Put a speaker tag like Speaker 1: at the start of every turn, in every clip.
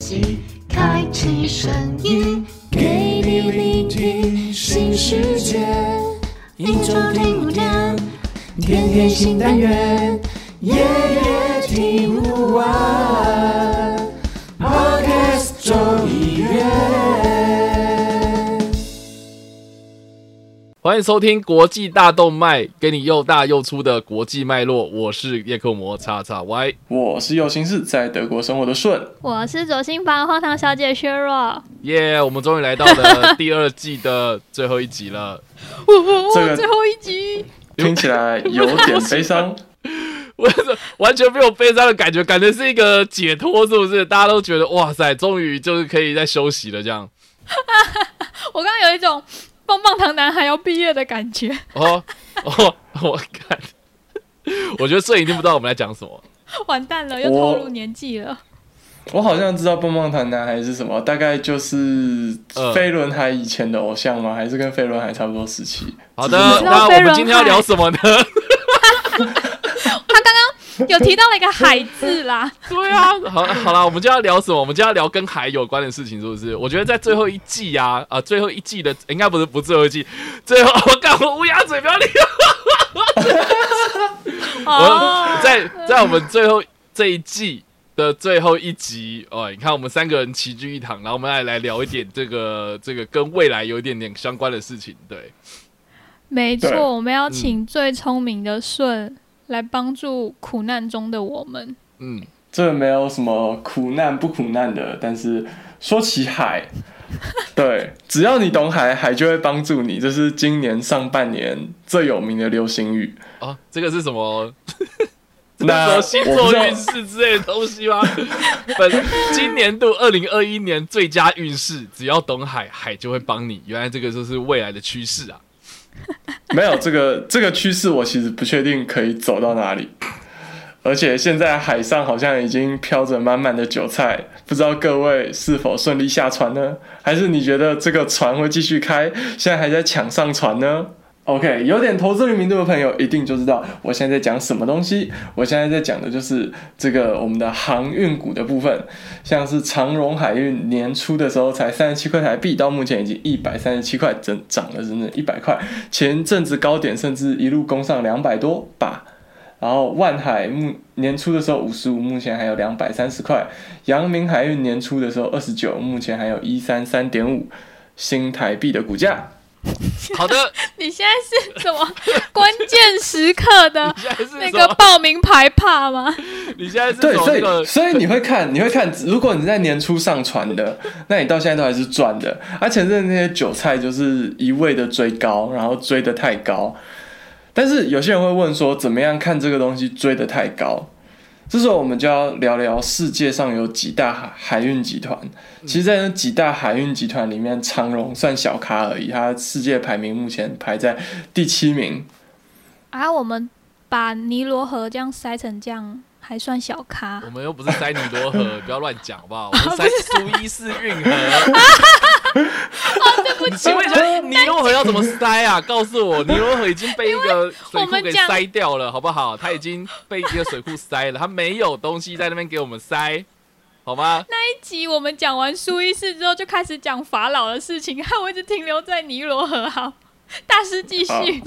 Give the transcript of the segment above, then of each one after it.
Speaker 1: 息，开启声音，给你聆听新世界。一周听5天，天天新单元，夜夜听不完。Podcast 周一月。
Speaker 2: 欢迎收听国际大动脉，给你又大又粗的国际脉络。我是叶克膜XXY，
Speaker 3: 我是右心室，在德国生活的顺，
Speaker 4: 我是左心房荒唐小姐薛若。
Speaker 2: 耶！我们终于来到了第2季的最后一集了。
Speaker 3: 这个
Speaker 4: 最后一集
Speaker 3: 听起来有点悲伤。
Speaker 2: 我完全没有悲伤的感觉，感觉是一个解脱，是不是？大家都觉得哇塞，终于就是可以再休息了这样。
Speaker 4: 我刚刚有一种棒棒糖男孩要毕业的感觉。
Speaker 2: 我看，我觉得顺一定不知道我们在讲什么。
Speaker 4: 完蛋了，又透露年纪了。
Speaker 3: 我好像知道棒棒糖男孩是什么，大概就是飞轮海以前的偶像吗？还是跟飞轮海差不多时期？
Speaker 2: 好的，那我们今天要聊什么呢？
Speaker 4: 他刚刚有提到了一个海字啦。
Speaker 2: 对啊，好啦，我们就要聊什么？我们就要聊跟海有关的事情，是不是？我觉得在最后一季啊，最后一季的应该不是最后一季，最后我乌鸦嘴不要理我。在我们最后这一季的最后一集哦，你看我们3个人齐聚一堂，然后我们来聊一点这个跟未来有一点点相关的事情，对。
Speaker 4: 没错，我们要请最聪明的顺来帮助苦难中的我们。
Speaker 3: 这没有什么苦难不苦难的，但是说起海，对，只要你懂海，海就会帮助你，这是今年上半年最有名的流行语。
Speaker 2: 哦，这个是什么？
Speaker 3: 那
Speaker 2: 星座运势之类的东西吗？今年度2021年最佳运势，只要懂海，海就会帮你。原来这个就是未来的趋势啊！
Speaker 3: 没有这个趋势，我其实不确定可以走到哪里。而且现在海上好像已经飘着满满的韭菜，不知道各位是否顺利下船呢？还是你觉得这个船会继续开，现在还在抢上船呢？OK， 有点投资灵敏度的朋友一定就知道我现在在讲什么东西。我现在在讲的就是这个我们的航运股的部分，像是长荣海运年初的时候才37块台币，到目前已经137块，涨了整整100块。前阵子高点甚至一路攻上200多把。然后万海年初的时候55，目前还有230块。阳明海运年初的时候29，目前还有133.5新台币的股价。
Speaker 2: 好的，
Speaker 4: 你现在是什么关键时刻的那个报名牌怕吗？
Speaker 2: 你现在是
Speaker 3: 对，所以你会看，如果你在年初上传的，那你到现在都还是赚的。而且那些韭菜就是一味的追高，然后追得太高。但是有些人会问说，怎么样看这个东西追得太高？这时候我们就要聊聊世界上有几大海运集团。其实在那几大海运集团里面，长荣算小咖而已，它世界排名目前排在第7名。
Speaker 4: 我们把尼罗河这样塞成这样还算小咖？
Speaker 2: 我们又不是塞尼罗河，不要乱讲好不好？我们塞苏伊士运河。
Speaker 4: 对不起，
Speaker 2: 请问一下，尼罗河要怎么塞啊？告诉我，尼罗河已经被一个水库给塞掉了，好不好？它已经被一个水库塞了，它没有东西在那边给我们塞，好吗？
Speaker 4: 那一集我们讲完苏伊士之后，就开始讲法老的事情，害我一直停留在尼罗河。好，大师继续。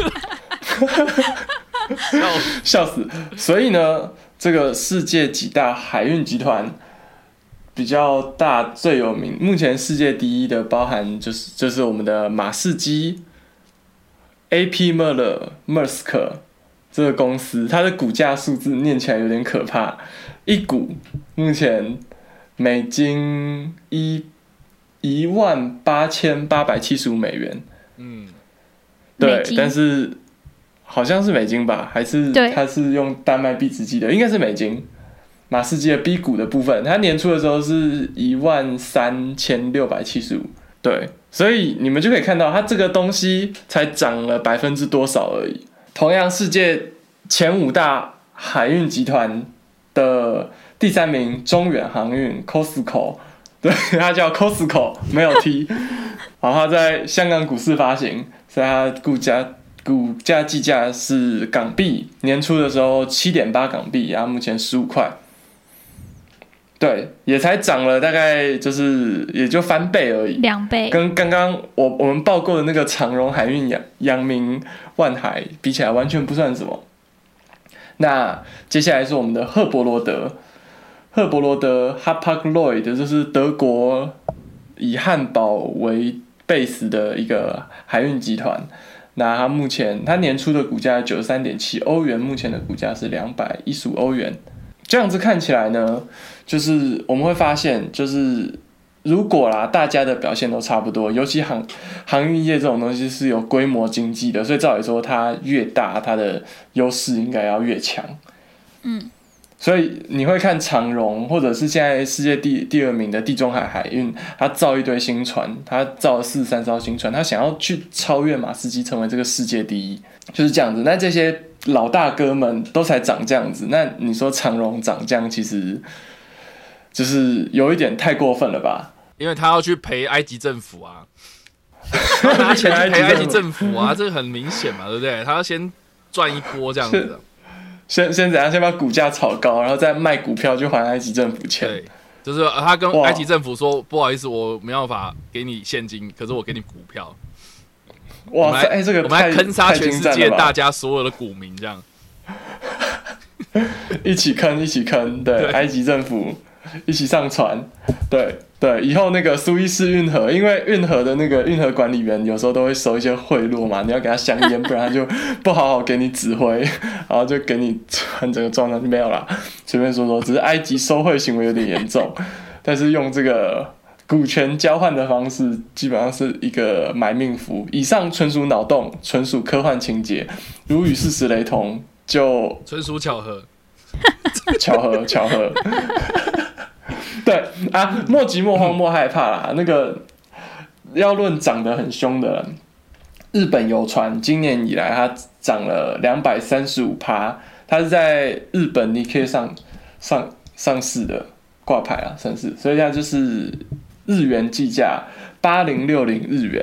Speaker 3: 笑死！所以呢，这个世界几大海运集团。比较大最有名，目前世界第一的包含就是我们的马士基、AP Maersk 这个公司，它的股价数字念起来有点可怕，一股目前美金18875美元，对，但是好像是美金吧，还是它是用丹麦币值计的，应该是美金。马士基的 B 股的部分，它年初的时候是13675，对，所以你们就可以看到，它这个东西才涨了多少而已。同样，世界前5大海运集团的第3名，中远航运 COSCO， 对，它叫 COSCO， 没有 T， 好，它在香港股市发行，所以它股价计价是港币，年初的时候7.8港币，然后目前15块。 对，也才涨了大概就是也就翻倍而已
Speaker 4: ，2倍，
Speaker 3: 跟刚刚我们报过的那个长荣海运、阳明、万海比起来，完全不算什么。那接下来是我们的赫伯罗德 Hapag-Lloyd， 就是德国以汉堡为 base 的一个海运集团。那它年初的股价93.7欧元，目前的股价是215欧元。这样子看起来呢，就是我们会发现，就是如果啦大家的表现都差不多，尤其航运业这种东西是有规模经济的，所以照理说它越大，它的优势应该要越强。所以你会看长荣，或者是现在世界第2名的地中海海运，他造一堆新船，他造了43艘新船，他想要去超越马士基，成为这个世界第一，就是这样子。那这些老大哥们都才长这样子，那你说长荣长这样，其实就是有一点太过分了吧？
Speaker 2: 因为他要去赔埃及政府啊，他拿钱去赔埃及政府啊，这个很明显嘛，对不对？他要先赚一波这样子。
Speaker 3: 先怎样？先把股价炒高，然后再卖股票去还埃及政府钱。
Speaker 2: 对，就是他跟埃及政府说：“不好意思，我没办法给你现金，可是我给你股票。”
Speaker 3: 哇塞，这个
Speaker 2: 我们来坑杀全世界大家所有的股民，这样
Speaker 3: 一起坑，对，埃及政府一起上船，对，以后那个苏伊士运河，因为运河的那个运河管理员有时候都会收一些贿赂嘛，你要给他香烟，不然他就不好好给你指挥，然后就给你船整个撞上去，没有啦，随便说，只是埃及收贿行为有点严重，但是用这个股权交换的方式，基本上是一个买命符。以上纯属脑洞，纯属科幻情节，如与事实雷同，就
Speaker 2: 纯属巧合。
Speaker 3: 巧合。对啊，莫急莫慌莫害怕啦。那个要论涨得很凶的人，日本邮船今年以来它涨了235%，它是在日本 Nikkei 上市的挂牌啊，上市，所以它就是日元计价8060日元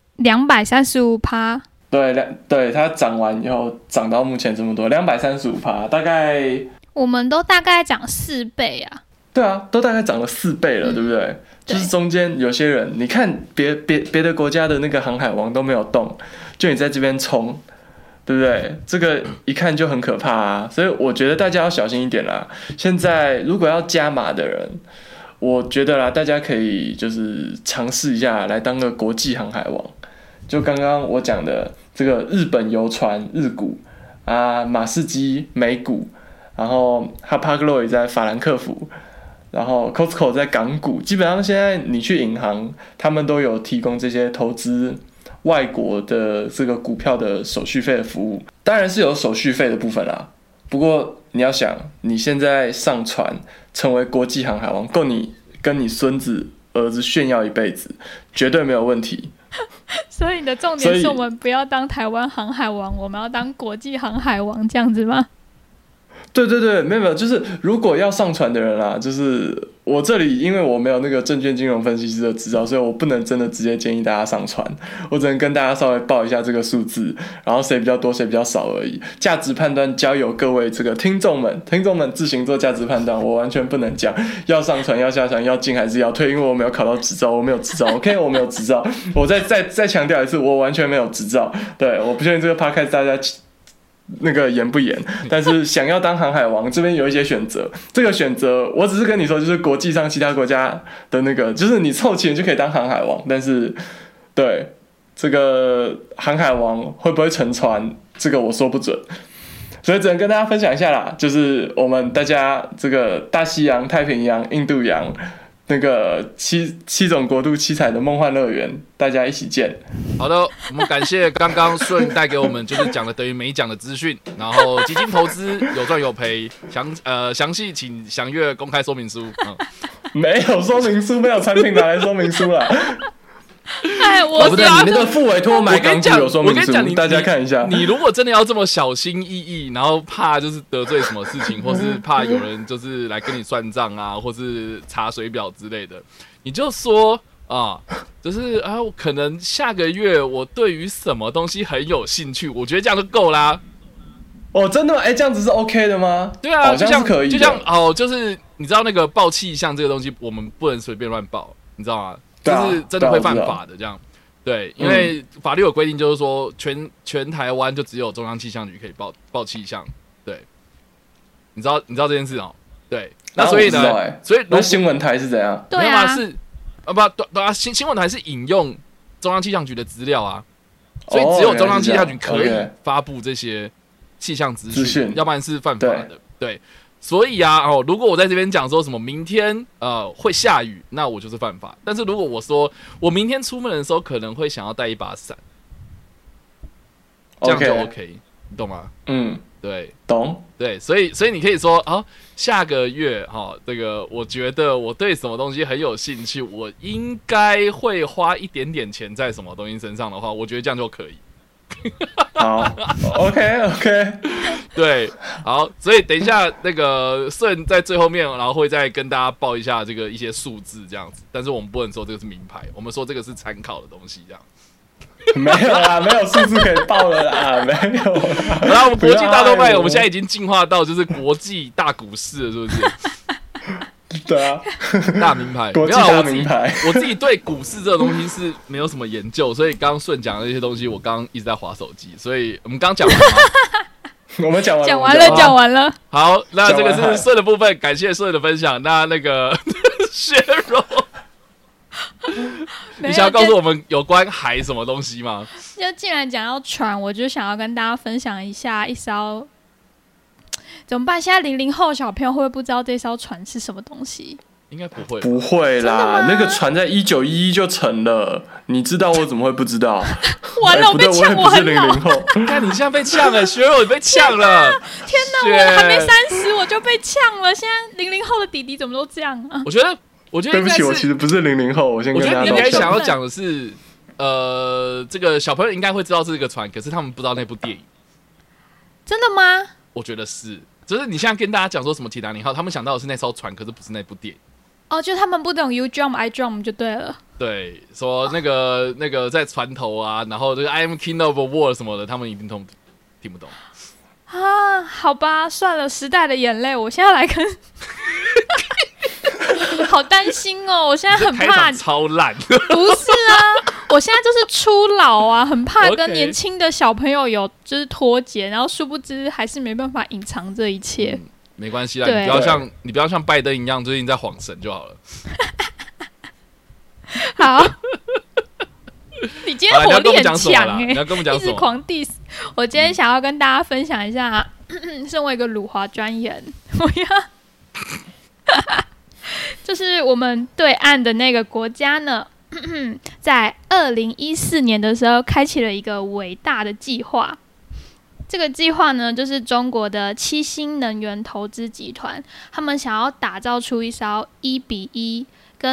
Speaker 4: ，235%。
Speaker 3: 对，它涨完以后涨到目前这么多，235%，大概
Speaker 4: 我们都大概涨4倍啊。
Speaker 3: 对啊，都大概涨了4倍了，对不对？就是中间有些人，你看别的国家的那个航海王都没有动，就你在这边冲，对不对？这个一看就很可怕啊，所以我觉得大家要小心一点啦。现在如果要加码的人，我觉得啦，大家可以就是尝试一下来当个国际航海王。就刚刚我讲的这个日本邮船日股啊，马士基美股，然后 Hapag-Lloyd 在法兰克福。然后 Costco 在港股，基本上现在你去银行，他们都有提供这些投资外国的这个股票的手续费的服务，当然是有手续费的部分啦。不过你要想，你现在上船成为国际航海王，够你跟你孙子儿子炫耀一辈子，绝对没有问题。
Speaker 4: 所以你的重点是我们不要当台湾航海王，我们要当国际航海王，这样子吗？
Speaker 3: 对，没有，就是如果要上船的人啦，就是我这里因为我没有那个证券金融分析师的执照，所以我不能真的直接建议大家上船，我只能跟大家稍微报一下这个数字，然后谁比较多谁比较少而已。价值判断交由各位这个听众们自行做价值判断，我完全不能讲要上船要下船要进还是要退，因为我没有考到执照，我没有执照 ，OK， 我没有执照，我再强调一次，我完全没有执照。对，我不确定这个 podcast 大家那个严不严，但是想要当航海王，这边有一些选择。这个选择我只是跟你说，就是国际上其他国家的那个，就是你凑钱就可以当航海王，但是对这个航海王会不会沉船，这个我说不准。所以只能跟大家分享一下啦，就是我们大家这个大西洋、太平洋、印度洋。那个七种国度七彩的梦幻乐园，大家一起见。
Speaker 2: 好的，我们感谢刚刚顺带给我们就是讲的等于没讲的资讯，然后基金投资有赚有赔，详细请详阅公开说明书。
Speaker 3: 没有说明书，没有产品拿来说明书啦。
Speaker 4: 哎，
Speaker 3: 不对，你那个副委托买港股有说明书，大家看一下。
Speaker 2: 你如果真的要这么小心翼翼，然后怕就是得罪什么事情，或是怕有人就是来跟你算账啊，或是查水表之类的，你就说啊，就是啊，可能下个月我对于什么东西很有兴趣，我觉得这样就够啦。
Speaker 3: 哦，真的吗？这样子是 OK 的吗？
Speaker 2: 对啊，
Speaker 3: 好像是可以的。
Speaker 2: 就像就是你知道那个报气象这个东西，我们不能随便乱报，你知道吗？
Speaker 3: 对啊
Speaker 2: 就是真的会犯法的这样。对，因为法律有规定，就是说全台湾就只有中央气象局可以报气象。对，你知道这件事哦？对，那所以呢，所以
Speaker 3: 那新闻台是怎样？
Speaker 4: 对啊，
Speaker 2: 是不新闻台是引用中央气象局的资料啊，所以只有中央气象局可以发布这些气象资讯，要不然是犯法的。对。所以啊，如果我在这边讲说什么明天会下雨，那我就是犯法。但是如果我说我明天出门的时候可能会想要带一把伞，这样就 OK， 你懂吗？对，
Speaker 3: 懂。
Speaker 2: 对，所以你可以说下个月这个我觉得我对什么东西很有兴趣，我应该会花一点点钱在什么东西身上的话，我觉得这样就可以。
Speaker 3: 好 ，OK，
Speaker 2: 对，好，所以等一下那个顺在最后面，然后会再跟大家报一下这个一些数字这样子，但是我们不能说这个是名牌，我们说这个是参考的东西这样。
Speaker 3: 没有啦，没有数字可以报了啦，没有啦。
Speaker 2: 好啦，我们国际大动脉，我们现在已经进化到就是国际大股市了，是不是？
Speaker 3: 对啊，
Speaker 2: 大名牌，
Speaker 3: 国际大名牌。
Speaker 2: 我自己对股市这个东西是没有什么研究，所以刚刚顺讲的那些东西，我刚刚一直在滑手机，所以我们刚讲完了吗？
Speaker 3: 我们讲
Speaker 4: 完了。
Speaker 2: 好，那这个是顺的部分，感谢顺的分享。那个削弱，你想要告诉我们有关海什么东西吗？
Speaker 4: 就既然讲到船，我就想要跟大家分享一下一艘。怎么办？现在00后小朋友会不会不知道这艘船是什么东西？
Speaker 2: 应该不会，
Speaker 3: 不会啦。那个船在1911就沉了，你知道我怎么会不知道？
Speaker 4: 完了，我被呛，我很老。
Speaker 2: 看你现在被呛了，学友你被呛了！
Speaker 4: 天哪，我还没30我就被呛了。现在00后的弟弟怎么都这样啊？
Speaker 2: 我觉得
Speaker 3: 对不起，我其实不是00后，我先跟大家道歉。
Speaker 2: 我觉得你应该想要讲的是，这个小朋友应该会知道这个船，可是他们不知道那部电影。
Speaker 4: 真的吗？
Speaker 2: 我觉得是。就是你现在跟大家讲说什么铁达尼号，他们想到的是那艘船，可是不是那部电影。
Speaker 4: 就他们不懂 You Jump I Jump 就对了。
Speaker 2: 对，说那个在船头啊，然后这个 I am King of the World 什么的，他们一定听不懂
Speaker 4: 啊。好吧，算了，时代的眼泪，我现在来跟。好担心哦！我现在很怕，
Speaker 2: 超烂。
Speaker 4: 不是啊，我现在就是初老啊，很怕跟年轻的小朋友有就是脱节，然后殊不知还是没办法隐藏这一切。
Speaker 2: 没关系啦，你不要像拜登一样，最近在晃神就好了。
Speaker 4: 好，你今天火力很强
Speaker 2: 你要跟我们讲什么？
Speaker 4: 一直狂 diss。我今天想要跟大家分享一下，身为一个辱华专员，我要。就是我们对岸的那个国家呢，在2014年的时候开启了一个伟大的计划。这个计划呢，就是中国的七星能源投资集团，他们想要打造出一艘1:1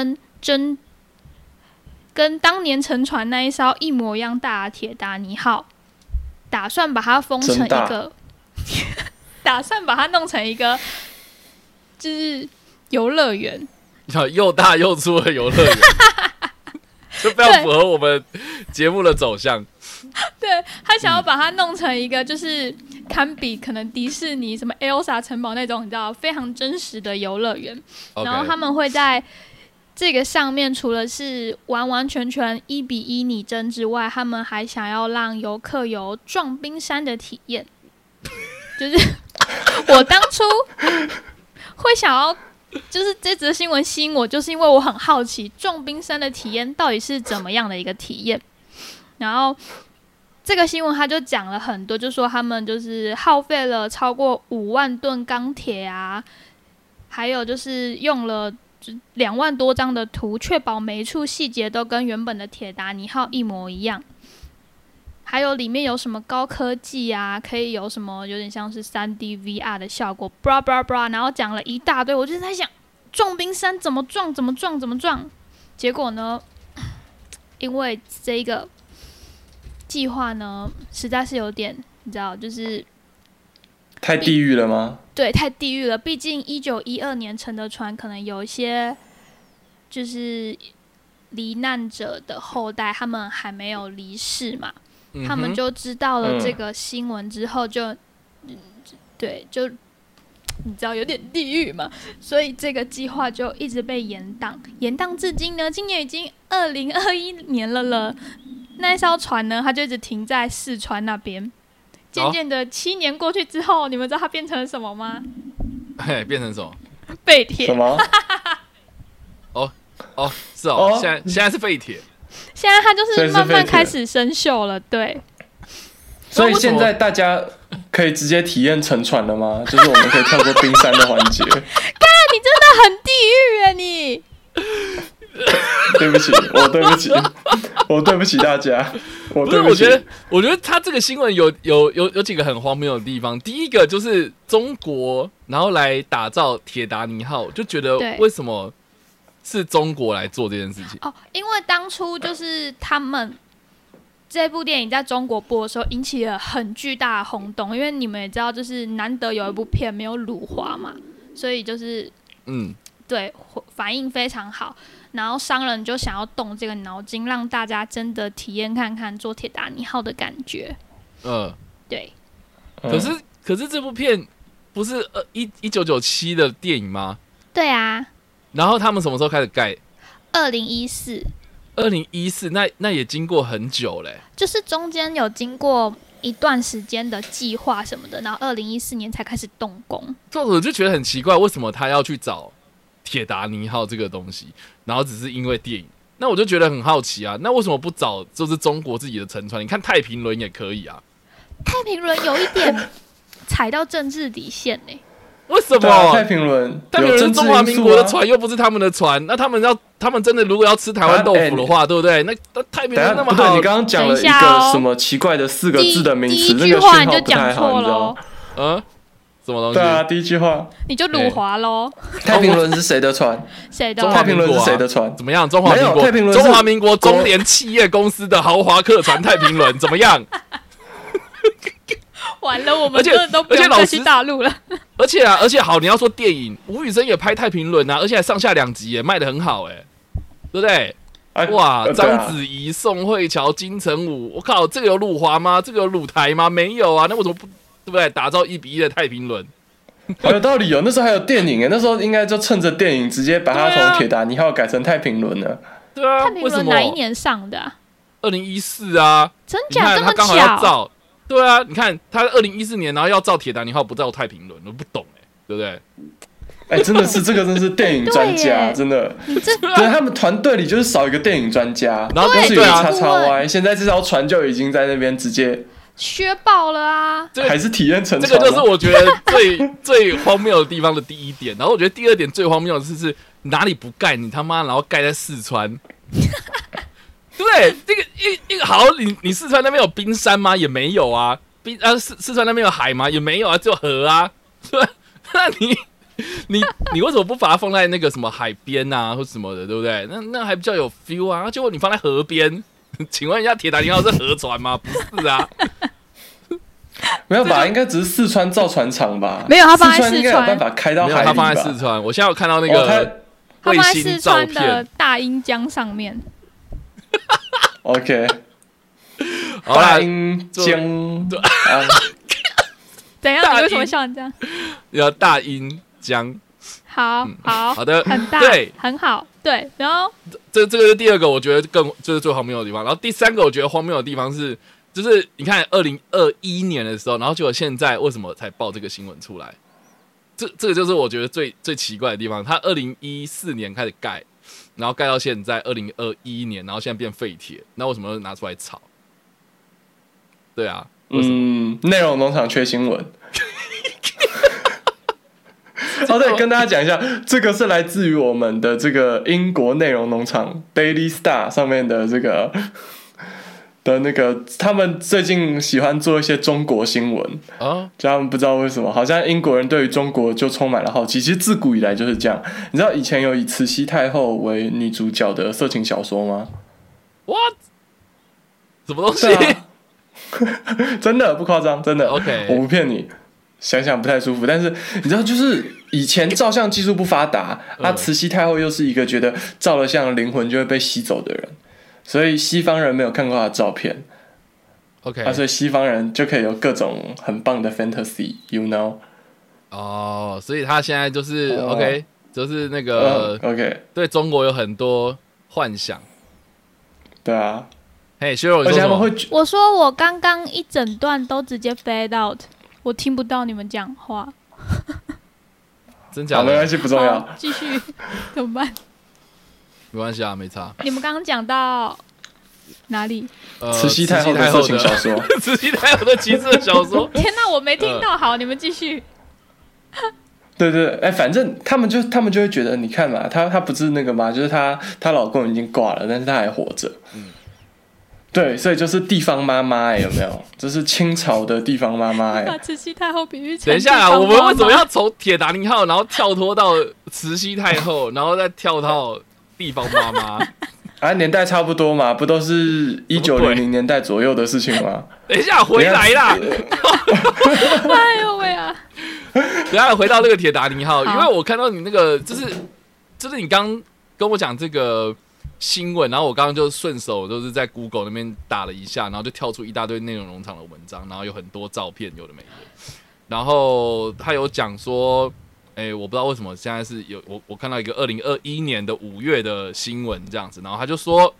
Speaker 4: 跟当年沉船那一艘一模一样大的铁达尼号，打算把它封成一个，打算把它弄成一个，就是游乐园，
Speaker 2: 又大又粗的游乐园，就非常符合我们节目的走向。
Speaker 4: 对，他想要把它弄成一个，就是堪比可能迪士尼什么 Elsa 城堡那种，你知道非常真实的游乐园。然后他们会在这个上面，除了是完完全全1:1拟真之外，他们还想要让游客有撞冰山的体验。就是我当初会想要。就是这则新闻吸引我，就是因为我很好奇撞冰山的体验到底是怎么样的一个体验。然后这个新闻他就讲了很多，就说他们就是耗费了超过5万吨钢铁啊，还有就是用了2万多张的图，确保每一处细节都跟原本的铁达尼号一模一样。还有里面有什么高科技啊，可以有什么有点像是 3D VR 的效果 blah blah blah， 然后讲了一大堆。我就在想撞冰山怎么撞，结果呢，因为这个计划呢实在是有点你知道，就是
Speaker 3: 太地狱了吗？
Speaker 4: 对，太地狱了。毕竟1912年沉的船，可能有一些就是罹难者的后代，他们还没有离世嘛。他们就知道了这个新闻之后就，对，就你知道有点地狱嘛，所以这个计划就一直被延宕至今呢。今年已经2021年了，那一艘船呢，它就一直停在四川那边。渐渐的，7年过去之后，你们知道它变成了什么吗？
Speaker 2: 变成什么？
Speaker 4: 废铁。
Speaker 3: 什么？
Speaker 2: 是哦，现在是废铁。
Speaker 4: 现在它就是慢慢开始生锈了，对。
Speaker 3: 所以现在大家可以直接体验沉船了吗？就是我们可以跳过冰山的环节。
Speaker 4: 干，你真的很地狱啊你！
Speaker 3: 对不起，我对不起大家，我对不起。
Speaker 2: 我觉得他这个新闻有几个很荒谬的地方。第一个就是中国，然后来打造铁达尼号，就觉得为什么是中国来做这件事情？
Speaker 4: 因为当初就是他们这部电影在中国播的时候引起了很巨大的轰动，因为你们也知道，就是难得有一部片没有辱华嘛，所以就是对，反应非常好。然后商人就想要动这个脑筋，让大家真的体验看看坐铁达尼号的感觉。对。可是这部片不是1997的电影吗？ 对啊。
Speaker 2: 然后他们什么时候开始盖
Speaker 4: ？2014。
Speaker 2: 2014，那也经过很久嘞。
Speaker 4: 就是中间有经过一段时间的计划什么的，然后2014年才开始动工。
Speaker 2: 我就觉得很奇怪，为什么他要去找铁达尼号这个东西，然后只是因为电影？那我就觉得很好奇啊，那为什么不找就是中国自己的沉船？你看太平轮也可以啊。太
Speaker 4: 平轮有一点踩到政治底线呢。
Speaker 2: 为什么？
Speaker 3: 太平轮
Speaker 2: 是中华民国的船，又不是他们的船。那他们真的如果要吃台湾豆腐的话，对不对？那太平轮那么好。
Speaker 3: 你刚刚讲了一个什么奇怪的4个字的名词，
Speaker 4: 那个讯号不太好，你知道
Speaker 2: 吗？什么东西？
Speaker 3: 对啊，第一句话
Speaker 4: 你就辱华喽。
Speaker 3: 太平轮是谁的船？
Speaker 4: 谁的？
Speaker 3: 太平轮是谁的船？
Speaker 2: 怎么样？中华民国中联企业公司的豪华客船太平轮怎么样？
Speaker 4: 完了，我们真的都不用再去大陆了。
Speaker 2: 而且好，你要说电影，吴宇森也拍太平轮啊，而且还上下2集也卖得很好，对不对？哇，章子怡、宋慧乔、金城武，我靠，这个有辱华吗？这个有辱台吗？没有啊，那为什么不对不对？打造1:1的太平轮，
Speaker 3: 好有道理哦。那时候还有电影那时候应该就趁着电影直接把它从铁达尼号改成太平轮了。
Speaker 2: 对啊，
Speaker 4: 太平轮哪一年上的
Speaker 2: ？2014啊，
Speaker 4: 真假这么巧？
Speaker 2: 他刚好要造。对啊，你看他2014年，然后要造铁达尼号，不造太平轮，我不懂对不对？
Speaker 3: 真的是这个，真是电影专家，真的。对，他们团队里就是少一个电影专家，然后就是有XXY，现在这条船就已经在那边直接
Speaker 4: 削爆了啊！
Speaker 3: 还是体验沉船，
Speaker 2: 这个就是我觉得最荒谬的地方的第一点。然后我觉得第二点最荒谬的是哪里不盖你他妈，然后盖在四川。对不对？这个一个好，你四川那边有冰山吗？也没有啊。四川那边有海吗？也没有啊，只有河啊。对，那你为什么不把它放在那个什么海边啊，或什么的，对不对？那还比较有 feel 啊。结果你放在河边，请问一下，铁达尼号是河船吗？不是啊。
Speaker 3: 没有吧？应该只是四川造船厂吧？
Speaker 4: 没有，他放在四川
Speaker 3: 应该有办法开到海里吧？
Speaker 2: 他放在四川。我现在有看到那个卫星照片，
Speaker 4: 他放在四川的大阴江上面。
Speaker 3: OK， 大阴江，
Speaker 4: 怎样？你为什么笑成这样？
Speaker 2: 要大阴江，
Speaker 4: 好
Speaker 2: 的，
Speaker 4: 很大，
Speaker 2: 对，
Speaker 4: 很好，对。然后
Speaker 2: 这个是第二个，我觉得就是最荒谬的地方。然后第三个，我觉得荒谬的地方是，就是你看2021年的时候，然后结果现在为什么才报这个新闻出来？这个就是我觉得最奇怪的地方。他2014年开始盖。然后盖到现在2021年，然后现在变废铁，那为什么拿出来炒？对啊，
Speaker 3: 内容农场缺新闻。对，跟大家讲一下，这个是来自于我们的这个英国内容农场 Daily Star 上面的这个的那个，他们最近喜欢做一些中国新闻就他们不知道为什么，好像英国人对于中国就充满了好奇。其实自古以来就是这样。你知道以前有以慈禧太后为女主角的色情小说吗
Speaker 2: ？What？ 什么东西？
Speaker 3: 真的不夸张，真的。
Speaker 2: OK，
Speaker 3: 我不骗你。想想不太舒服，但是你知道，就是以前照相技术不发达，慈禧太后又是一个觉得照了相灵魂就会被吸走的人。所以西方人没有看过他的照片
Speaker 2: ，OK，
Speaker 3: 所以西方人就可以有各种很棒的 fantasy，you know，
Speaker 2: 哦，所以他现在就是、OK， 就是那个、
Speaker 3: OK，
Speaker 2: 对中国有很多幻想。
Speaker 3: 对啊，
Speaker 2: 嘿，薛柔，
Speaker 3: 而且他们会，
Speaker 4: 我说我刚刚一整段都直接 fade out， 我听不到你们讲话。
Speaker 2: 真假的？
Speaker 3: 没关系，不重要。
Speaker 4: 继续，怎么办？
Speaker 2: 没关系啊，没差。
Speaker 4: 你们刚刚讲到哪里？
Speaker 3: 慈禧太后的色情小说，
Speaker 2: 慈禧太后的情色小说。
Speaker 4: 天哪，我没听到。好，你们继续。
Speaker 3: 对对，反正他们就会觉得，你看嘛，她不是那个嘛，就是她老公已经挂了，但是她还活着。对，所以就是地方妈妈有没有？这是清朝的地方妈妈
Speaker 4: 把慈禧太后比喻成……
Speaker 2: 等一下啊，我们为什么要从铁达尼号，然后跳脱到慈禧太后，然后再跳到地方妈妈？
Speaker 3: 啊，年代差不多嘛，不都是1900年代左右的事情吗？
Speaker 2: 等一下回来啦！
Speaker 4: 哎呦喂啊！
Speaker 2: 等一下回到那个铁达尼号，因为我看到你那个，就是你刚跟我讲这个新闻，然后我刚刚就顺手就是在 Google 那边打了一下，然后就跳出一大堆内容农场的文章，然后有很多照片，有的没的。然后他有讲说，我不知道为什么现在是有我看到一个2021年的5月的新闻这样子，然后他就说，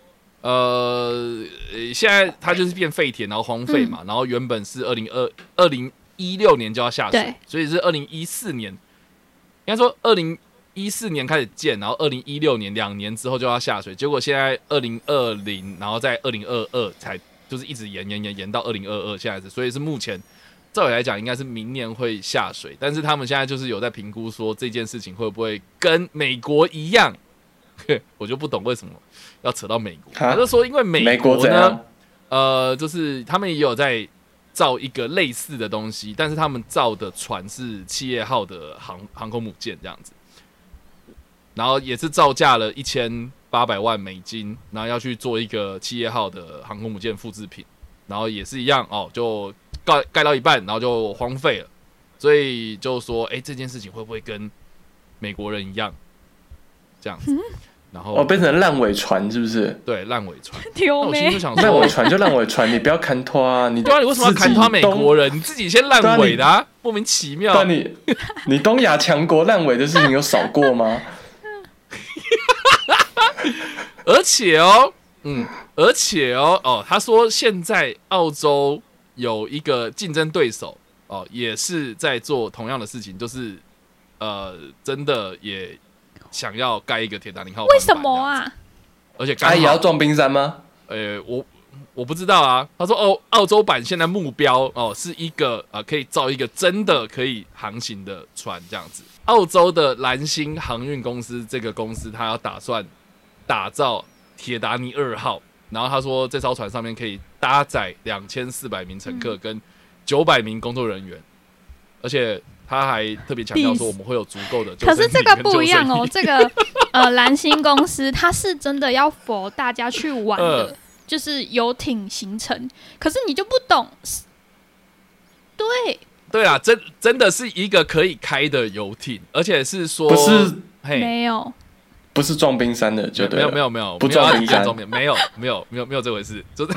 Speaker 2: 现在它就是变废田，然后荒废嘛，然后原本是2016年就要下水，所以是2014年，应该说2014年开始建，然后2016年2年之后就要下水，结果现在2020，然后在2022才就是一直延到2022，现在是，所以是目前照理来讲应该是明年会下水，但是他们现在就是有在评估说这件事情会不会跟美国一样，我就不懂为什么要扯到美国，他就说因为美国呢，就是他们也有在造一个类似的东西，但是他们造的船是企业号的航空母舰这样子，然后也是造价了$1800万，然后要去做一个企业号的航空母舰复制品，然后也是一样哦，就盖到一半，然后就荒废了，所以就说，这件事情会不会跟美国人一样这样子？然后
Speaker 3: 变成烂尾船是不是？
Speaker 2: 对，烂尾船。
Speaker 4: 那我
Speaker 2: 心就想说，
Speaker 3: 烂尾船就烂尾船，你不要砍拖啊！
Speaker 2: 对啊，你为什么要砍拖美国人？你自己先烂尾的啊，莫名其妙。
Speaker 3: 你东亚强国烂尾的事情有少过吗？
Speaker 2: 而且他说现在澳洲有一个竞争对手也是在做同样的事情，就是真的也想要盖一个铁达尼号。
Speaker 4: 为什么啊？
Speaker 2: 而且
Speaker 3: 也要撞冰山吗？
Speaker 2: 我不知道啊。他说澳洲版现在目标是一个可以造一个真的可以航行的船这样子。澳洲的蓝星航运公司这个公司，他要打算打造铁达尼2号，然后他说这艘船上面可以搭载2400名乘客跟900名工作人员，而且他还特别强调说我们会有足够的救生衣。
Speaker 4: 可是这个不一样哦，这个蓝星公司它是真的要否大家去玩的，就是游艇行程。可是你就不懂，
Speaker 2: 对啊，真的是一个可以开的游艇，而且是说
Speaker 3: 不是
Speaker 4: 没有。
Speaker 3: 不是撞冰山的，就对了。
Speaker 2: 没有，
Speaker 3: 不撞冰山，
Speaker 2: 没有这回事，就是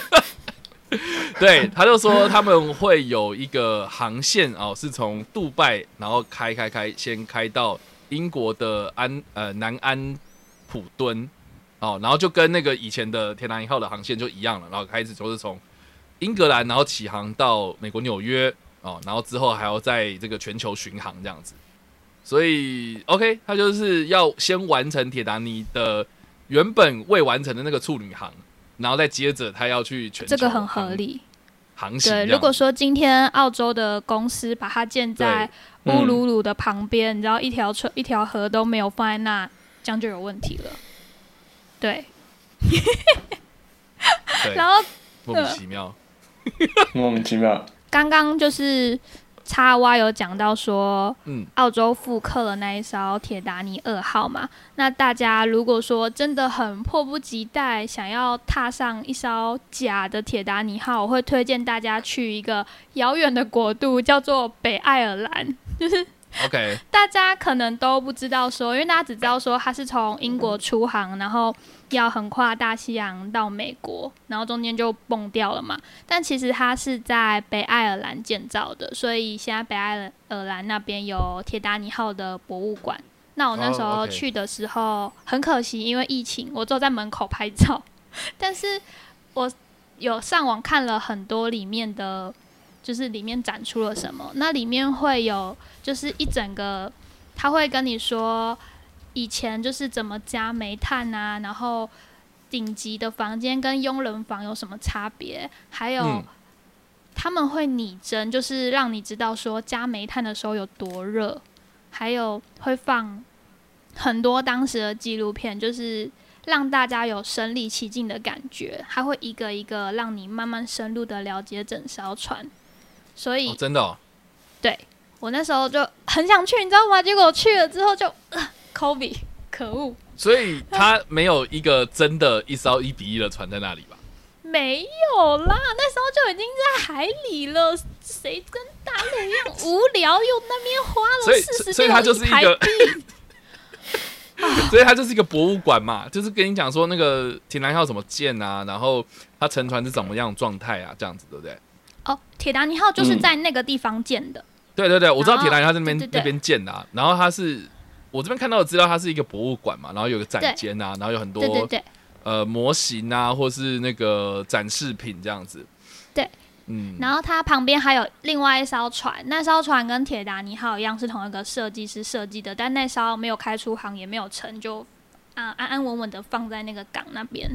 Speaker 2: 对，他就说他们会有一个航线是从杜拜，然后先开到英国的南安普敦然后就跟那个以前的铁达尼号的航线就一样了，然后开始就是从英格兰，然后起航到美国纽约然后之后还要在这个全球巡航这样子。所以 OK， 他就是要先完成铁达尼的原本未完成的那个处女航，然后再接着他要去全球，
Speaker 4: 这个很合理。
Speaker 2: 航行
Speaker 4: 对，如果说今天澳洲的公司把它建在乌鲁鲁的旁边，你知道一条河都没有放在那，这样就有问题了。对，然后
Speaker 2: 莫名其妙，
Speaker 3: 莫名其妙。
Speaker 4: 刚刚就是叉 Y 有讲到说，澳洲复刻了那一艘铁达尼2号嘛。那大家如果说真的很迫不及待想要踏上一艘假的铁达尼号，我会推荐大家去一个遥远的国度，叫做北爱尔兰。就是
Speaker 2: OK，
Speaker 4: 大家可能都不知道说，因为大家只知道说他是从英国出航，然后要横跨大西洋到美国，然后中间就崩掉了嘛。但其实他是在北爱尔兰建造的，所以现在北爱尔兰那边有铁达尼号的博物馆。那我那时候去的时候，很可惜，因为疫情，我只有在门口拍照。但是我有上网看了很多里面的。就是里面展出了什么？那里面会有，就是一整个，他会跟你说以前就是怎么加煤炭啊，然后顶级的房间跟佣人房有什么差别，还有他们会拟真，就是让你知道说加煤炭的时候有多热，还有会放很多当时的纪录片，就是让大家有身临其境的感觉，还会一个一个让你慢慢深入的了解整艘船。所以、
Speaker 2: 真的哦，
Speaker 4: 对我那时候就很想去，你知道吗？结果我去了之后就，Kobe， 可恶！
Speaker 2: 所以他没有一个真的一艘1:1的船在那里吧？
Speaker 4: 没有啦，那时候就已经在海里了，谁跟大陆一样无聊，又那边花了46亿台币。
Speaker 2: 所以它就是一个博物馆嘛，就是跟你讲说那个铁达尼号怎么建啊，然后它沉船是怎么样的状态啊，这样子对不对？
Speaker 4: 哦，铁达尼号就是在那个地方建的。
Speaker 2: 对对对，我知道铁达尼号在那边建的、啊，然后它是我这边看到的资料，它是一个博物馆嘛，然后有个展间啊，然后有很多模型啊，或是那个展示品这样子。
Speaker 4: 对，然后它旁边还有另外一艘船，那艘船跟铁达尼号一样是同一个设计师设计的，但那艘没有开出航，也没有沉，就安安稳稳的放在那个港那边。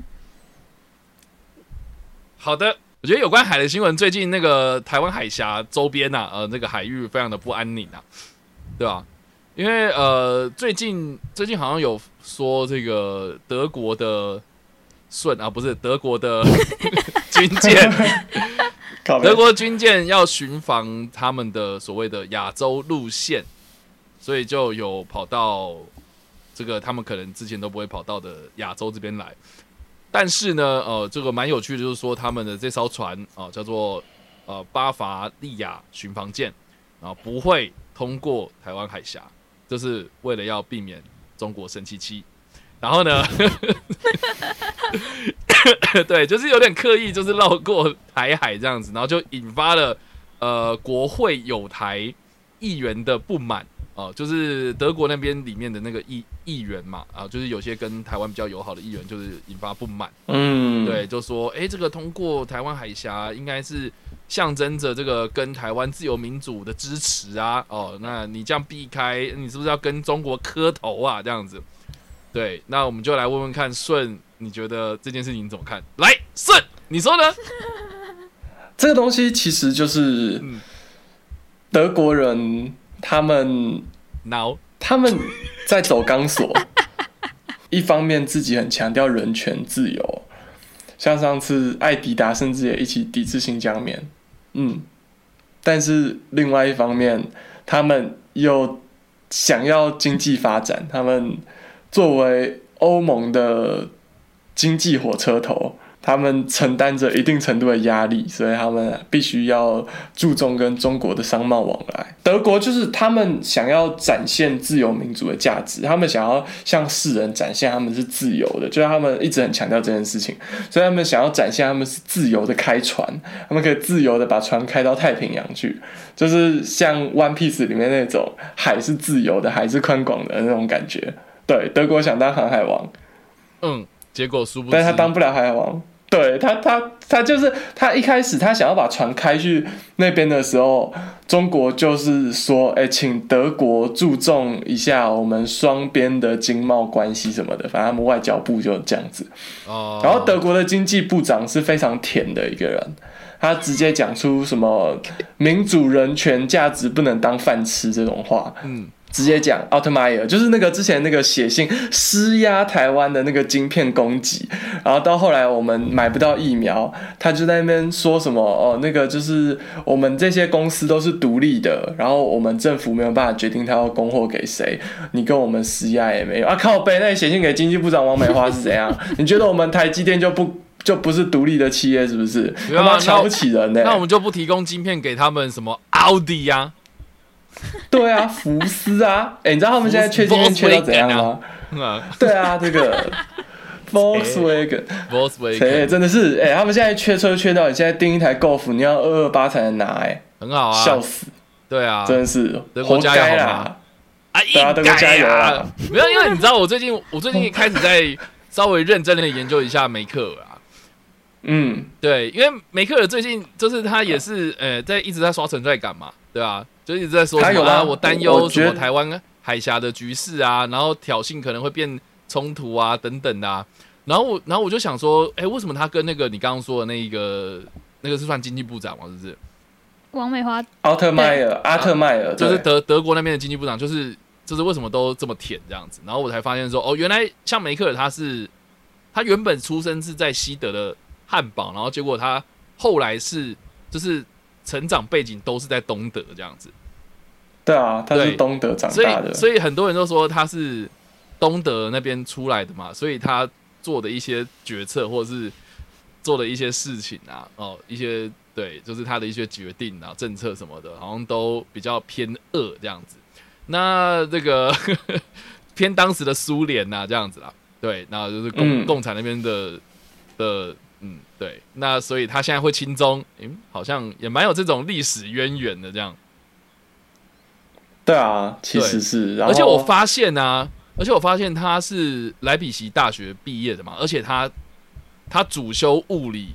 Speaker 2: 好的。我觉得有关海的新闻，最近那个台湾海峡周边啊，那个海域非常的不安宁啊，对吧？因为最近好像有说这个德国的不是德国的军舰，德国军舰要巡防他们的所谓的亚洲路线，所以就有跑到这个他们可能之前都不会跑到的亚洲这边来。但是呢，这个蛮有趣的，就是说他们的这艘船叫做巴伐利亚巡防舰，不会通过台湾海峡，就是为了要避免中国生气气。然后呢，对，就是有点刻意，就是绕过台海这样子，然后就引发了国会友台议员的不满。就是德国那边里面的那个议员嘛，就是有些跟台湾比较友好的议员，就是引发不满。对，就说，这个通过台湾海峡应该是象征着这个跟台湾自由民主的支持啊。那你这样避开，你是不是要跟中国磕头啊？这样子。对，那我们就来问问看，顺，你觉得这件事情怎么看？来，顺，你说呢？
Speaker 3: 这个东西其实就是德国人。他们在走钢索，一方面自己很强调人权自由，像上次艾迪达甚至也一起抵制新疆棉，但是另外一方面，他们又想要经济发展，他们作为欧盟的经济火车头。他们承担着一定程度的压力，所以他们必须要注重跟中国的商贸往来。德国就是他们想要展现自由民主的价值，他们想要向世人展现他们是自由的，就是他们一直很强调这件事情，所以他们想要展现他们是自由的开船，他们可以自由的把船开到太平洋去，就是像 One Piece 里面那种海是自由的，海是宽广的那种感觉。对，德国想当航海王，
Speaker 2: 结果殊不知，
Speaker 3: 但是他当不了航海王。对他就是他一开始他想要把船开去那边的时候，中国就是说，请德国注重一下我们双边的经贸关系什么的，反正他们外交部就这样子。然后德国的经济部长是非常甜的一个人，他直接讲出什么民主、人权、价值不能当饭吃这种话。直接讲奥特迈尔就是那个之前那个写信施压台湾的那个晶片攻击，然后到后来我们买不到疫苗，他就在那边说什么那个就是我们这些公司都是独立的，然后我们政府没有办法决定他要供货给谁，你跟我们施压也没有啊！靠北，那你写信给经济部长王美花是怎样？你觉得我们台积电就不是独立的企业是不是？他妈瞧不起人呢。
Speaker 2: 那我们就不提供晶片给他们什么奥迪呀？
Speaker 3: 对啊，福斯啊，你知道他们现在缺晶片缺到怎样吗？对啊，这个 Volkswagen 真的是他们现在缺车缺到你现在订一台 Golf 你要228才能拿
Speaker 2: 很好啊，
Speaker 3: 笑死。对
Speaker 2: 啊，
Speaker 3: 真的是
Speaker 2: 活该
Speaker 3: 啦。
Speaker 2: 对啊，
Speaker 3: 德国加油啦！
Speaker 2: 没有，因为你知道我最近开始在稍微认真的研究一下梅克尔啊。对，因为梅克尔最近就是他也是一直在刷存在感嘛，对吧？就一直在说什么我担忧什么台湾海峡的局势啊，然后挑衅可能会变冲突啊等等的啊。然后我就想说，为什么他跟那个你刚刚说的那个是算经济部长吗？是不是？
Speaker 4: 王美花，
Speaker 3: 阿特迈尔，
Speaker 2: 就是德国那边的经济部长，就是为什么都这么甜这样子。然后我才发现说，原来像梅克尔他原本出生是在西德的汉堡，然后结果他后来就是成长背景都是在东德这样子。
Speaker 3: 对啊，他是东德长大的，
Speaker 2: 所以很多人都说他是东德那边出来的嘛，所以他做的一些决策或者是做的一些事情啊，一些对，就是他的一些决定啊、政策什么的，好像都比较偏恶这样子。那这个偏当时的苏联呐，这样子啦，对，那就是共产那边的对，那所以他现在会亲中，好像也蛮有这种历史渊源的这样。
Speaker 3: 对啊，其实是，
Speaker 2: 而且我发现他是莱比锡大学毕业的嘛，而且他主修物理，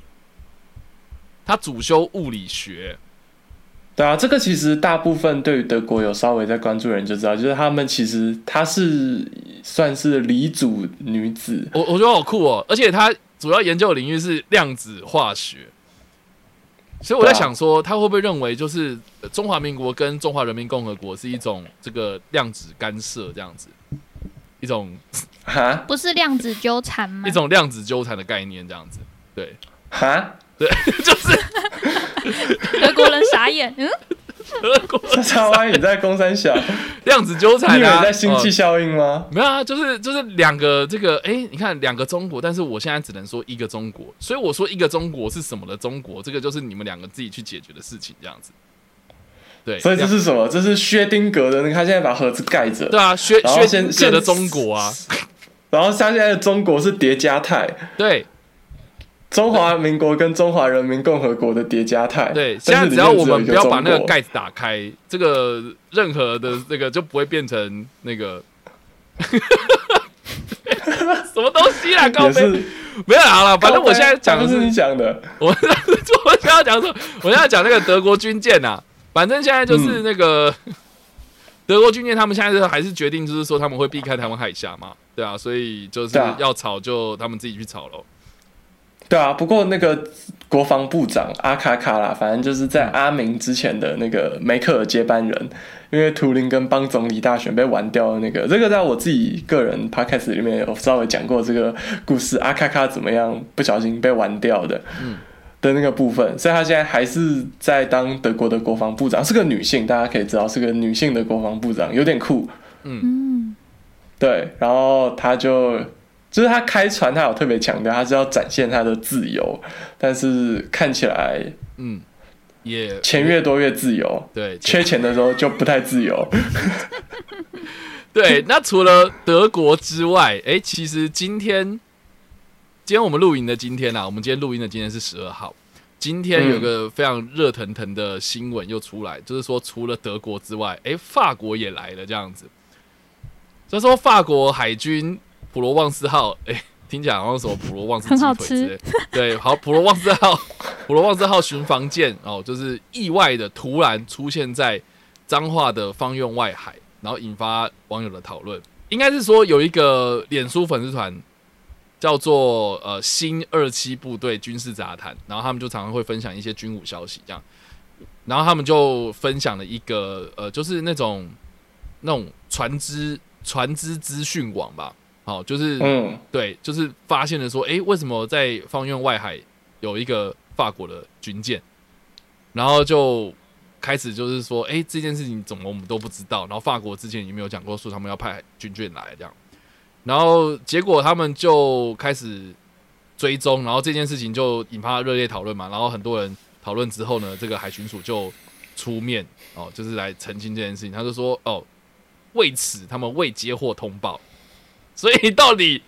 Speaker 2: 学。
Speaker 3: 对啊，这个其实大部分对于德国有稍微在关注的人就知道，就是他是算是理组女子。
Speaker 2: 我觉得好酷哦，而且他主要研究的领域是量子化学。所以我在想说，他会不会认为就是中华民国跟中华人民共和国是一种这个量子干涉这样子，一种
Speaker 4: 不是量子纠缠吗？
Speaker 2: 一种量子纠缠的概念这样子，对，对，就是
Speaker 4: 德国人傻眼，
Speaker 3: 这超歪，你在公三小
Speaker 2: 量子纠缠啊？
Speaker 3: 你以为在星际效应吗？
Speaker 2: 没有啊，就是两个这个，你看两个中国，但是我现在只能说一个中国，所以我说一个中国是什么的中国，这个就是你们两个自己去解决的事情，这样子。对，
Speaker 3: 所以这是什么？这是薛丁格的那个，他现在把盒子盖着。
Speaker 2: 对啊，薛丁格的中国啊。
Speaker 3: 然后他现在的中国是叠加态。
Speaker 2: 对。
Speaker 3: 中华民国跟中华人民共和国的叠加态。
Speaker 2: 对，现在只要我们不要把那个盖子打开，这个任何的这个就不会变成那个什么东西啦，高飞没有好了，反正我现在讲的
Speaker 3: 是你讲的。
Speaker 2: 我现在要讲什么？我现在讲那个德国军舰啊，反正现在就是那个德国军舰，他们现在还是决定就是说他们会避开台湾海峡嘛，对啊，所以就是要吵就他们自己去吵咯。
Speaker 3: 对啊，不过那个国防部长阿卡卡啦，反正就是在阿明之前的那个梅克尔接班人，因为图林根邦总理大选被玩掉的那个，这个在我自己个人 podcast 里面有稍微讲过这个故事，阿卡卡怎么样不小心被玩掉的，的那个部分，所以他现在还是在当德国的国防部长，是个女性，大家可以知道是个女性的国防部长，有点酷，对，然后他就是他开船，他有特别强调，他是要展现他的自由，但是看起来，
Speaker 2: 也
Speaker 3: 钱越多越自由，
Speaker 2: 对，
Speaker 3: 缺钱的时候就不太自由。
Speaker 2: 对，那除了德国之外，其实今天我们录影的今天啊，我们今天录音的今天是12号，今天有个非常热腾腾的新闻又出来，就是说除了德国之外，法国也来了这样子，所以说法国海军。普罗旺斯号，听起来好像什么普罗旺斯鸡腿之类。对，好，普罗旺斯号巡防舰就是意外的突然出现在彰化的芳苑外海，然后引发网友的讨论。应该是说有一个脸书粉丝团叫做新27部队军事杂谈，然后他们就常常会分享一些军武消息这样，然后他们就分享了一个就是那种船只资讯网吧。就是对，就是发现了说，为什么在芳苑外海有一个法国的军舰，然后就开始就是说，这件事情怎么我们都不知道，然后法国之前也没有讲过说他们要派军舰来这样，然后结果他们就开始追踪，然后这件事情就引发热烈讨论嘛，然后很多人讨论之后呢，这个海巡署就出面就是来澄清这件事情。他就说为此他们未接获通报，所以到底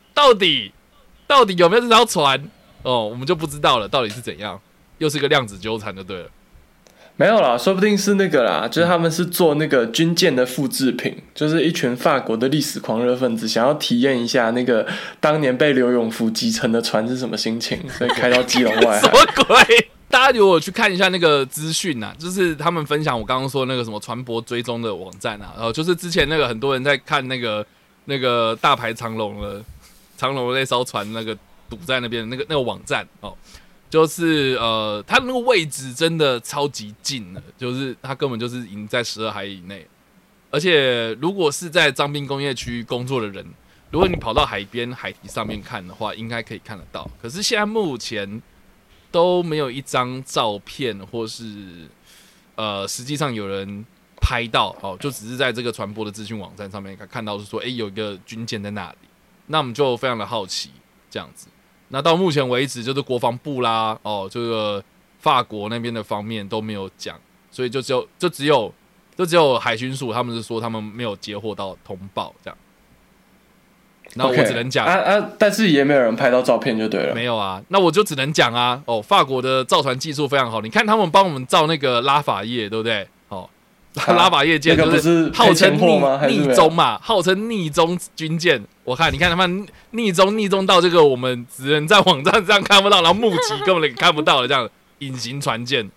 Speaker 2: 有没有这条船我们就不知道了，到底是怎样，又是一个量子纠缠就对了。
Speaker 3: 没有啦，说不定是那个啦，就是他们是做那个军舰的复制品，就是一群法国的历史狂热分子想要体验一下那个当年被刘永福击沉的船是什么心情，所以开到基隆外海。
Speaker 2: 什么鬼？大家如果去看一下那个资讯啊，就是他们分享我刚刚说那个什么船舶追踪的网站啊，然后就是之前那个很多人在看那个大排长龙的那艘船那个堵在那边的那个网站就是它那个位置真的超级近了，就是它根本就是已经在12海里以内，而且如果是在彰滨工业区工作的人，如果你跑到海边海堤上面看的话，应该可以看得到。可是现在目前都没有一张照片，或是实际上有人拍到就只是在这个传播的资讯网站上面看到是说，有一个军舰在那里，那我们就非常的好奇这样子。那到目前为止，就是国防部啦，这个法国那边的方面都没有讲，所以就只有海巡署他们是说他们没有接获到通报这样。那我只能讲
Speaker 3: 但是也没有人拍到照片就对了。
Speaker 2: 没有啊，那我就只能讲啊，法国的造船技术非常好，你看他们帮我们造那个拉法叶，对不对？拉法叶舰就是号称逆中嘛，号称逆中军舰。你看他们逆中到这个我们只能在网站上看不到，然后目击根本也看不到的这样隐形船舰。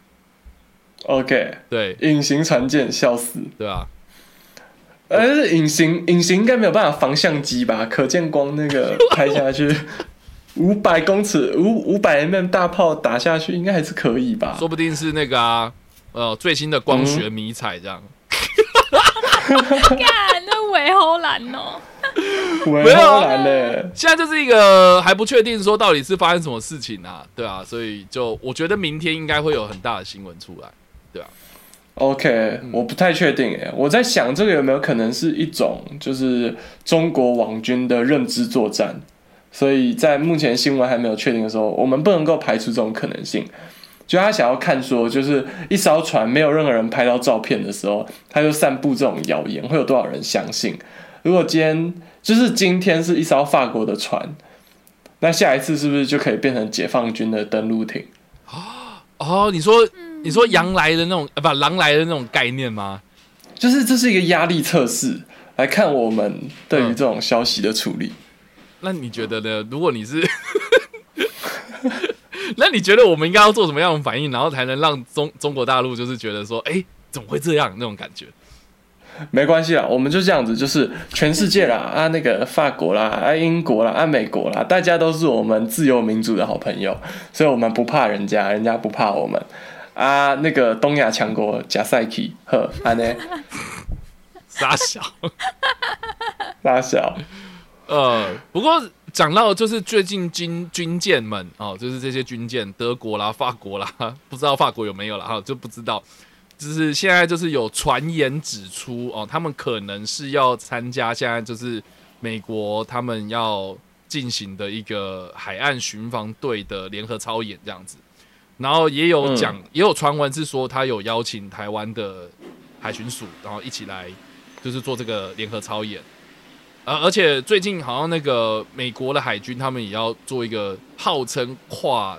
Speaker 3: OK，
Speaker 2: 对，
Speaker 3: 隐形船舰笑死，
Speaker 2: 对啊。
Speaker 3: 隐形应该没有办法防相机吧？可见光那个拍下去，500公尺500mm 大炮打下去，应该还是可以吧？
Speaker 2: 说不定是那个最新的光学迷彩这样。
Speaker 4: 干，那尾好难哦。
Speaker 3: 尾好难嘞。
Speaker 2: 现在就是一个还不确定说到底是发生什么事情啊，对啊，所以就我觉得明天应该会有很大的新闻出来，对啊。
Speaker 3: OK，我不太确定我在想这个有没有可能是一种就是中国网军的认知作战，所以在目前新闻还没有确定的时候，我们不能够排除这种可能性。就他想要看说，就是一艘船没有任何人拍到照片的时候，他就散布这种谣言，会有多少人相信？如果今天是一艘法国的船，那下一次是不是就可以变成解放军的登陆艇？
Speaker 2: 你说羊来的那种狼来的那种概念吗？
Speaker 3: 就是这是一个压力测试，来看我们对于这种消息的处理。
Speaker 2: 那你觉得呢？如果你是那你觉得我们应该要做什么样的反应，然后才能让中国大陆就是觉得说，怎么会这样那种感觉？
Speaker 3: 没关系啦，我们就这样子，就是全世界啦那个法国啦英国啦美国啦，大家都是我们自由民主的好朋友，所以我们不怕人家，人家不怕我们那个东亚强国加赛基呵安呢
Speaker 2: 傻小不过讲到就是最近军舰们就是这些军舰，德国啦、法国啦，不知道法国有没有啦就不知道。就是现在就是有传言指出他们可能是要参加现在就是美国他们要进行的一个海岸巡防队的联合操演这样子，然后也有也有传闻是说他有邀请台湾的海巡署，然后一起来就是做这个联合操演。而且最近好像那个美国的海军他们也要做一个号称跨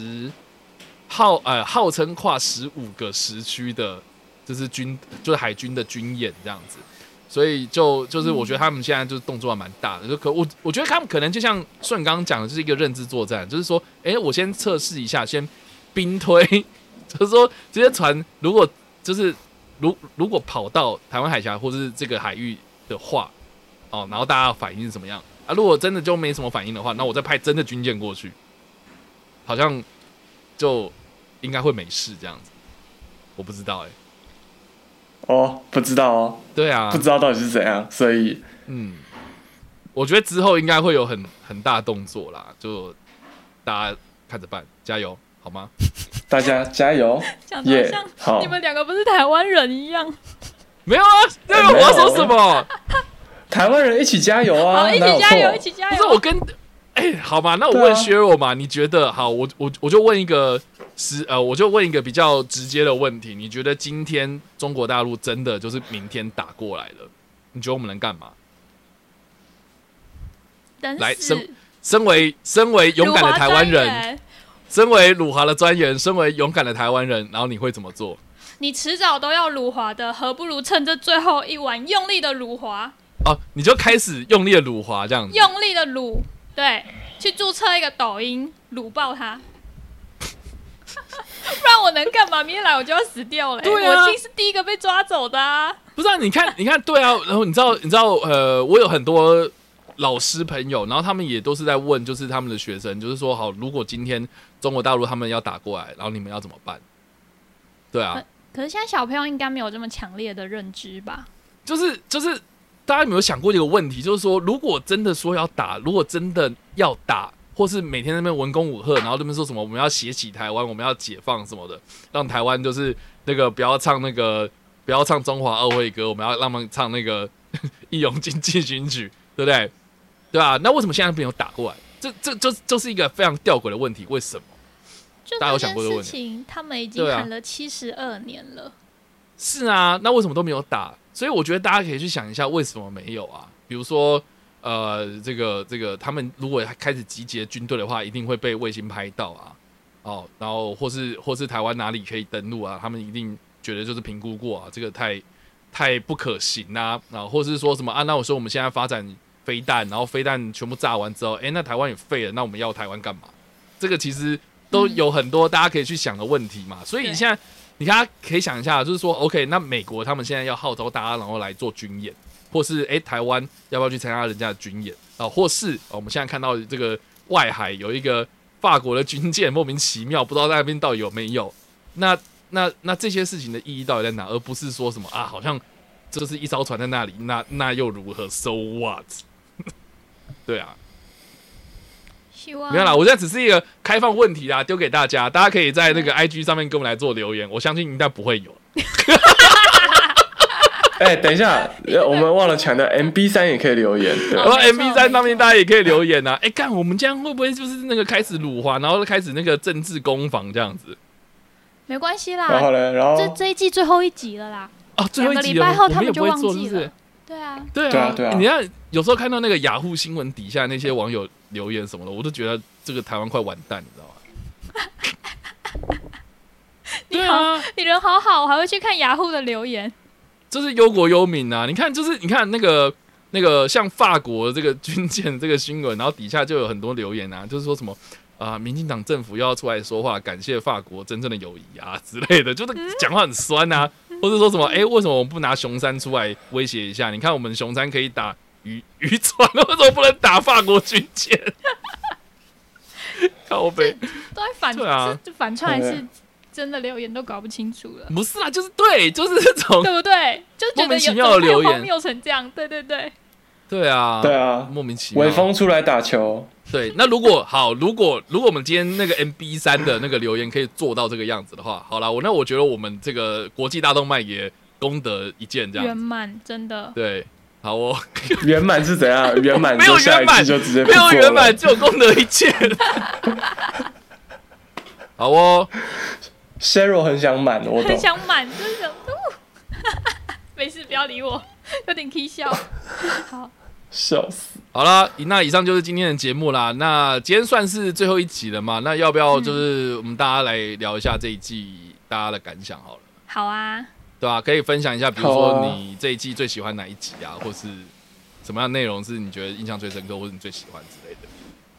Speaker 2: 15个时区的，就是海军的军演这样子，所以就是我觉得他们现在就是动作还蛮大的，我觉得他们可能就像顺刚刚讲的，就是一个认知作战，就是说，我先测试一下，先兵推，就是说这些船如果就是如果跑到台湾海峡或是这个海域的话，然后大家的反应是怎么样啊？如果真的就没什么反应的话，那我再派真的军舰过去，好像就应该会没事这样子，我不知道
Speaker 3: 不知道
Speaker 2: 对啊，
Speaker 3: 不知道到底是怎样，所以
Speaker 2: 我觉得之后应该会有很大动作啦，就大家看着办，加油好吗？
Speaker 3: 大家加油！
Speaker 4: 讲得像你们两个不是台湾人一样。
Speaker 2: 没有啊，我要说什么？
Speaker 3: 台湾人一起加油啊！
Speaker 4: 好，一起加油，一起加油！
Speaker 2: 不是我跟好嘛，那我问 Cheryl 嘛，你觉得好？我就问一个我就问一个比较直接的问题，你觉得今天中国大陆真的就是明天打过来了，你觉得我们能干嘛？来，身为勇敢的台湾人，身为辱华的专员，身为勇敢的台湾人，然后你会怎么做？
Speaker 4: 你迟早都要辱华的，何不如趁这最后一晚用力的辱华？
Speaker 2: 哦，你就开始用力的辱华这样子，
Speaker 4: 用力的辱，对，去注册一个抖音，辱爆他。不然我能干嘛？明天来我就要死掉了、
Speaker 2: 对啊，
Speaker 4: 我一定是第一个被抓走的啊！
Speaker 2: 不是啊，你看，对啊，然后你知道，我有很多老师朋友，然后他们也都是在问，就是他们的学生，就是说，好，如果今天中国大陆他们要打过来，然后你们要怎么办？对啊，
Speaker 4: 可是现在小朋友应该没有这么强烈的认知吧？
Speaker 2: 就是大家有没有想过一个问题，就是说，如果真的说要打，如果真的要打。或是每天在那边文攻武吓，然后那边说什么我们要写起台湾，我们要解放什么的，让台湾就是那个不要唱中华二会歌，我们要让他们唱那个义勇军进行曲，对不对？对啊，那为什么现在没有打过来？这就是一个非常吊诡的问题，为什么？大家有想过这个问题？
Speaker 4: 他们已经喊了72年了。
Speaker 2: 是啊，那为什么都没有打？所以我觉得大家可以去想一下，为什么没有啊？比如说。这个，他们如果开始集结军队的话，一定会被卫星拍到啊，哦，然后或是台湾哪里可以登陆啊，他们一定觉得就是评估过啊，这个太不可行啊，或是说什么啊？那我说我们现在发展飞弹，然后飞弹全部炸完之后，那台湾也废了，那我们要台湾干嘛？这个其实都有很多大家可以去想的问题嘛。所以现在你看，可以想一下，就是说 ，OK， 那美国他们现在要号召大家，然后来做军演。或是台湾要不要去参加人家的军演啊？或是我们现在看到这个外海有一个法国的军舰莫名其妙，不知道在那边到底有没有？那这些事情的意义到底在哪？而不是说什么啊，好像这是一艘船在那里，那又如何 ？So what？ 对啊，没有啦，我现在只是一个开放问题啦，丢给大家，大家可以在那个 IG 上面跟我们来做留言，我相信应该不会有。
Speaker 3: 等一下，我们忘了强调 MB3 也可以留言，对吧
Speaker 2: ？MB3 上面大家也可以留言啊。干，我们这样会不会就是那个开始辱华，然后开始那个政治攻防这样子？
Speaker 4: 没关系啦。
Speaker 3: 然后呢？然后
Speaker 4: 这一季最后一集了啦。
Speaker 2: 哦，最后一集了，
Speaker 4: 2个礼拜后他们就忘
Speaker 2: 记
Speaker 4: 记了。对啊。
Speaker 2: 你看，有时候看到那个雅虎新闻底下那些网友留言什么的，我都觉得这个台湾快完蛋，你知道吗？
Speaker 4: 对啊，你人好好，我还会去看雅虎的留言。
Speaker 2: 就是忧国忧民啊！你看那个像法国这个军舰这个新闻，然后底下就有很多留言啊，就是说什么民进党政府要出来说话，感谢法国真正的友谊啊之类的，就是讲话很酸啊，或者说什么为什么我们不拿熊山出来威胁一下？你看我们熊山可以打渔船，为什么不能打法国军舰？靠北
Speaker 4: 都在反，
Speaker 2: 对啊，
Speaker 4: 是反串还是？真的留言都搞不清楚了，
Speaker 2: 不是啊，就是这种，
Speaker 4: 对不对？就觉得
Speaker 2: 莫名其妙的留言，
Speaker 4: 荒谬成这样，
Speaker 2: 对啊，莫名其妙。
Speaker 3: 微风出来打球，
Speaker 2: 对。那如果我们今天那个 MB3 的那个留言可以做到这个样子的话，好啦，我觉得我们这个国际大动脉也功德一件，这样圆
Speaker 4: 满，真的。
Speaker 2: 对，好哦。
Speaker 3: 圆满是怎样？圆满
Speaker 2: 没有圆满
Speaker 3: 就直接
Speaker 2: 没有圆满，只有功德一件。好哦。
Speaker 3: Cheryl 很想满，我懂。
Speaker 4: 很想满，就是想，没事，不要理我，有点起笑。好，
Speaker 3: 笑死。
Speaker 2: 好啦，那以上就是今天的节目啦。那今天算是最后一集了嘛？那要不要就是我们大家来聊一下这一季大家的感想好了？
Speaker 4: 好啊，
Speaker 2: 对吧？可以分享一下，比如说你这一季最喜欢哪一集啊，或是什么样的内容是你觉得印象最深刻，或者你最喜欢之类的？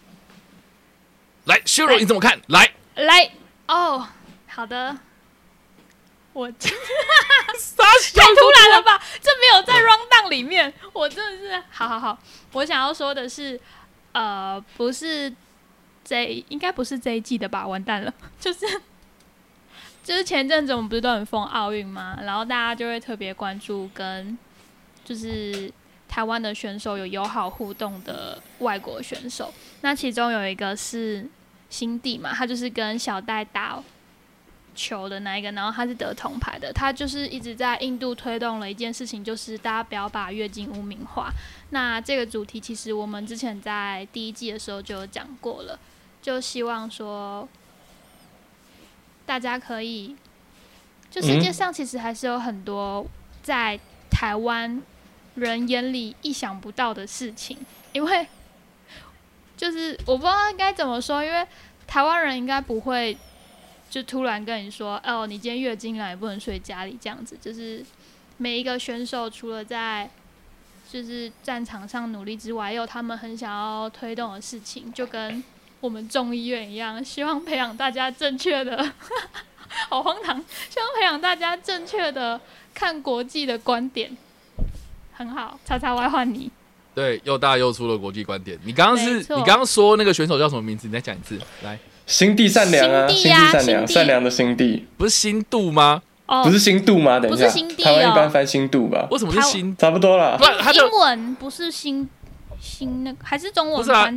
Speaker 2: 来 ，Cheryl 你怎么看？来
Speaker 4: 哦。好的，我太
Speaker 2: 突
Speaker 4: 然了吧？这没有在 round down 里面，我真的是好。我想要说的是，不是应该不是这一季的吧？完蛋了，就是前阵子我们不是都很疯奥运吗？然后大家就会特别关注跟就是台湾的选手有友好互动的外国选手。那其中有一个是辛蒂嘛，他就是跟小戴打球的那一个，然后他是得铜牌的。他就是一直在印度推动了一件事情，就是大家不要把月经污名化。那这个主题其实我们之前在第一季的时候就有讲过了，就希望说大家可以，就世界上其实还是有很多在台湾人眼里意想不到的事情，因为就是我不知道该怎么说，因为台湾人应该不会就突然跟你说，哦，你今天月经来，也不能睡家里这样子。就是每一个选手除了在就是战场上努力之外，也有他们很想要推动的事情，就跟我们众议院一样，希望培养大家正确的，好荒唐，希望培养大家正确的看国际的观点。很好，叉叉 Y 换你。
Speaker 2: 对，又大又粗的国际观点。你刚刚说那个选手叫什么名字？你再讲一次，来。
Speaker 3: 心地善良啊，心地善良，善良的心地，
Speaker 2: 不是新度吗？
Speaker 3: 不是新度吗？等一下，
Speaker 4: 不是新地
Speaker 3: 台湾一般翻新度吧？
Speaker 2: 为什么是新？
Speaker 3: 差不多啦。
Speaker 4: 英文不是新那个，还是中文？
Speaker 2: 不是啊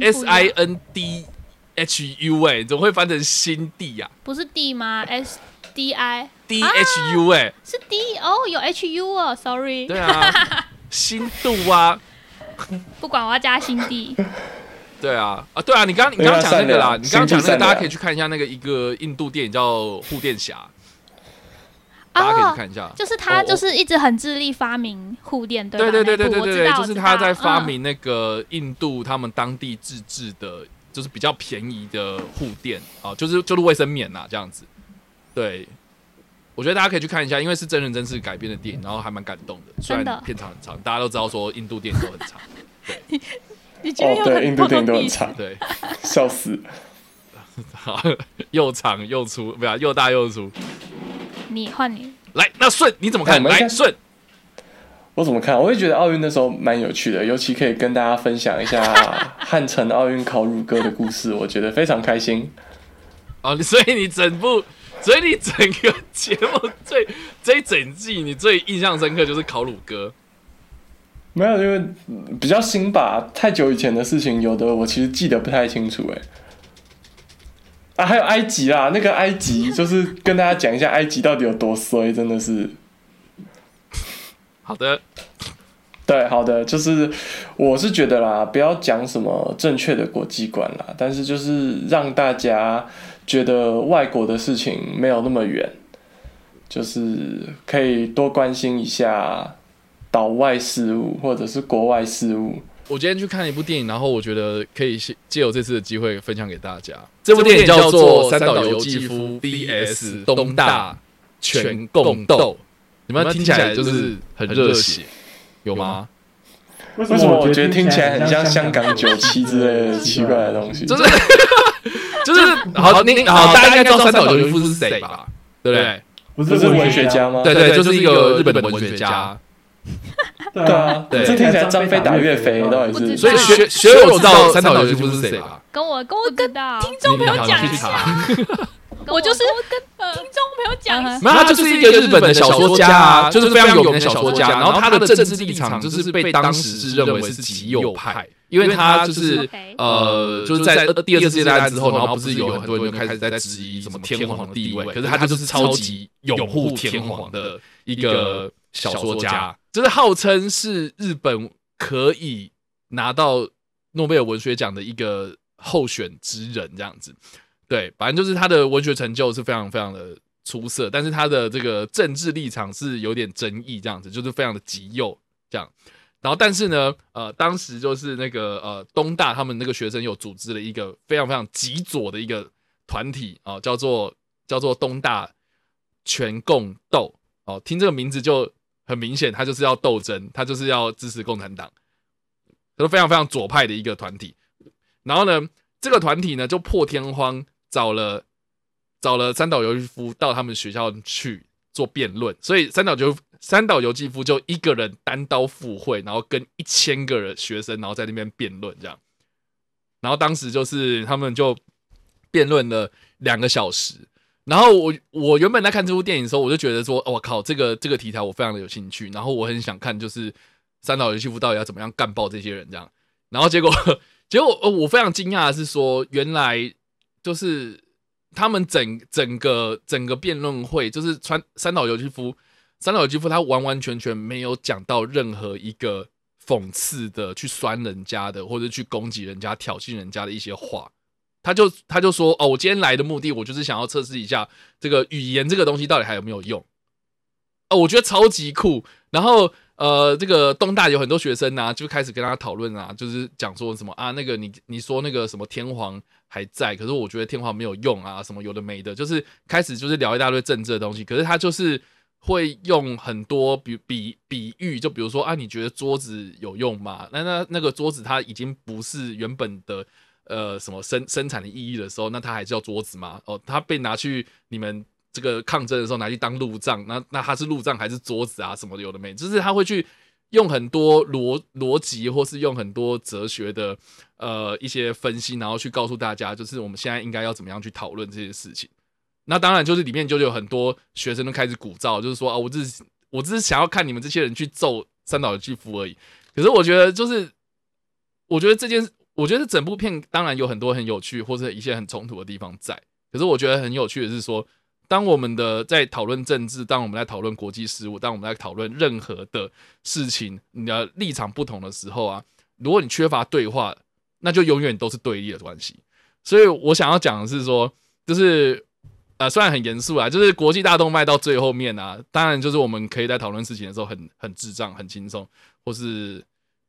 Speaker 2: ，SINDHU 哎，怎么会翻成新地啊？
Speaker 4: 不是 D 吗 ？SDI
Speaker 2: DHU 哎，
Speaker 4: 是 D 哦，有 HU 哦 ，sorry。
Speaker 2: 对啊，新度啊。
Speaker 4: 不管，我要加新地。
Speaker 2: 对啊，对啊，你刚讲那个啦，你刚讲那个，大家可以去看一下那个一个印度电影叫《护垫侠》，大家可以去看一下。
Speaker 4: 就是他就是一直很致力发明护垫，对吧？
Speaker 2: 对，就是他在发明那个印度他们当地自制的，就是比较便宜的护垫啊，就是卫生棉呐这样子。对，我觉得大家可以去看一下，因为是真人真事改编的电影，然后还蛮感动的。虽然片长很长，大家都知道说印度电影都很长。对。
Speaker 3: 对，印度电影都很长，
Speaker 2: 对，
Speaker 3: 笑死。
Speaker 2: 好，又长又粗，不要又大又粗。
Speaker 4: 换你
Speaker 2: 来，那顺你怎么看？来，顺，
Speaker 3: 我怎么看？我会觉得奥运那时候蛮有趣的，尤其可以跟大家分享一下汉城奥运烤乳鸽的故事，我觉得非常开心。
Speaker 2: 哦，所以你整个节目这一整季，你最印象深刻就是烤乳鸽。
Speaker 3: 没有，因为比较新吧，太久以前的事情，有的我其实记得不太清楚还有埃及啦，那个埃及就是跟大家讲一下埃及到底有多衰，真的是。
Speaker 2: 好的，
Speaker 3: 对，好的，就是我是觉得啦，不要讲什么正确的国际观啦，但是就是让大家觉得外国的事情没有那么远，就是可以多关心一下岛外事务或者是国外事务。
Speaker 2: 我今天去看一部电影，然后我觉得可以借由这次的机会分享给大家。这部电影叫做三岛由纪夫 VS 东大全共斗，你们听起来就是很热血，有吗？
Speaker 3: 为什么我觉得听起来很像香港97之类的奇怪的东西？就是
Speaker 2: 好，大家应该知道三岛由纪夫是谁吧？对不对？
Speaker 3: 不是文学家吗？
Speaker 2: 对，就是一个日本的文学家。
Speaker 3: 对啊，这听起来张飞打岳飞到底是？
Speaker 2: 所以学友知道三岛由纪夫是谁吧？
Speaker 4: 跟听众朋友讲一下，我就是跟听众朋友讲一下。
Speaker 2: 没有，他就是一个日本的小说家啊，就是非常有名的小说家。然后他的政治立场就是被当时是认为是极右派，因为他就是就是在第二次世界大战之后，然后不是有很多人就开始在质疑什么天皇的地位，可是他就是超级拥护天皇的一个小说家。就是号称是日本可以拿到诺贝尔文学奖的一个候选之人，这样子。对，反正就是他的文学成就是非常非常的出色，但是他的这个政治立场是有点争议，这样子，就是非常的极右这样。然后，但是呢，当时就是那个东大他们那个学生有组织了一个非常非常极左的一个团体啊，叫做东大全共斗。哦，听这个名字就很明显，他就是要斗争，他就是要支持共产党，都非常非常左派的一个团体。然后呢，这个团体呢就破天荒找了三岛由纪夫到他们学校去做辩论，所以三岛由纪夫就一个人单刀赴会，然后跟1000个学生，然后在那边辩论这样。然后当时就是他们就辩论了2个小时。然后我原本在看这部电影的时候，我就觉得说，我靠，这个题材我非常的有兴趣，然后我很想看，就是三岛由纪夫到底要怎么样干爆这些人这样。然后结果我非常惊讶的是说，原来就是他们整个辩论会，就是三岛由纪夫他完完全全没有讲到任何一个讽刺的、去酸人家的，或者去攻击人家、挑衅人家的一些话。 他就说哦，我今天来的目的，我就是想要测试一下这个语言这个东西到底还有没有用。我觉得超级酷。然后这个东大有很多学生啊，就开始跟他讨论啊，就是讲说什么啊，那个你说那个什么天皇还在，可是我觉得天皇没有用啊，什么有的没的，就是开始就是聊一大堆政治的东西。可是他就是会用很多比喻，就比如说啊，你觉得桌子有用吗？那个桌子它已经不是原本的什么生产的意义的时候，那它还叫桌子吗？它被拿去你们这个抗争的时候拿去当路障，那它是路障还是桌子啊？什么的有的没，就是他会去用很多逻辑，或是用很多哲学的一些分析，然后去告诉大家，就是我们现在应该要怎么样去讨论这些事情。那当然就是里面就有很多学生都开始鼓噪，就是说啊，我只是想要看你们这些人去揍三岛由纪夫而已。可是我觉得我觉得整部片当然有很多很有趣或者一些很冲突的地方在。可是我觉得很有趣的是说，当我们在讨论政治，当我们在讨论国际事务，当我们在讨论任何的事情，你的立场不同的时候啊，如果你缺乏对话，那就永远都是对立的关系。所以我想要讲的是说，就是虽然很严肃啊，就是国际大动脉到最后面啊，当然就是我们可以在讨论事情的时候很智障、很轻松，或是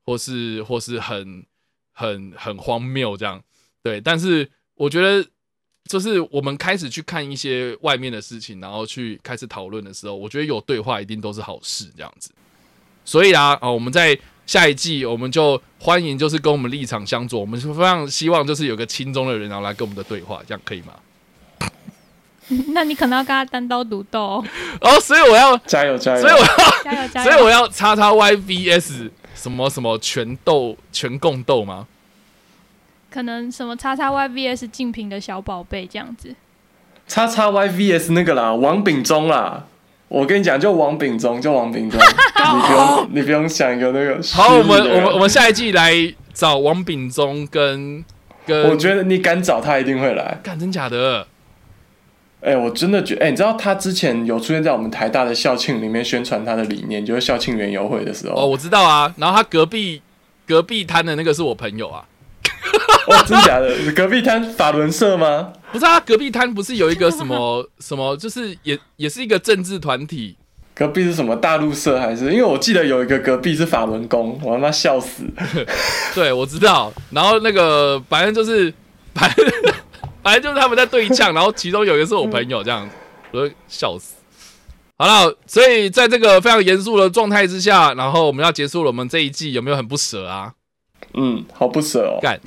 Speaker 2: 很荒谬这样，对。但是我觉得，就是我们开始去看一些外面的事情，然后去开始讨论的时候，我觉得有对话一定都是好事这样子。所以啊，我们在下一季我们就欢迎就是跟我们立场相左，我们非常希望就是有个亲中的人然后来跟我们的对话，这样可以吗？
Speaker 4: 那你可能要跟他单刀独斗
Speaker 2: 所以我要
Speaker 3: 加油，
Speaker 4: 加油！
Speaker 2: 所以我要XXY VS 什么什么全共斗吗？
Speaker 4: 可能什么XXY VS 竞品的小宝贝这样子。
Speaker 3: XXY VS 那个啦，王炳忠啦。我跟你讲，就王炳忠，你不用想一个那个。
Speaker 2: 好，我们下一季来找王炳忠跟。
Speaker 3: 我觉得你敢找他一定会来。
Speaker 2: 干，真假的？
Speaker 3: 我真的觉得，你知道他之前有出现在我们台大的校庆里面宣传他的理念，就是校庆园游会的时候。
Speaker 2: 我知道啊。然后他隔壁摊的那个是我朋友啊。
Speaker 3: 真假的？隔壁摊法伦社吗？
Speaker 2: 不是啊，隔壁摊不是有一个什么什么，就是也是一个政治团体。
Speaker 3: 隔壁是什么大陆社还是？因为我记得有一个隔壁是法轮功，我他妈笑死。
Speaker 2: 对，我知道。然后那个反正就是他们在对呛，然后其中有一个是我朋友，这样我就笑死。好了，所以在这个非常严肃的状态之下，然后我们要结束了，我们这一季有没有很不舍啊？
Speaker 3: 好不舍哦。
Speaker 2: 干。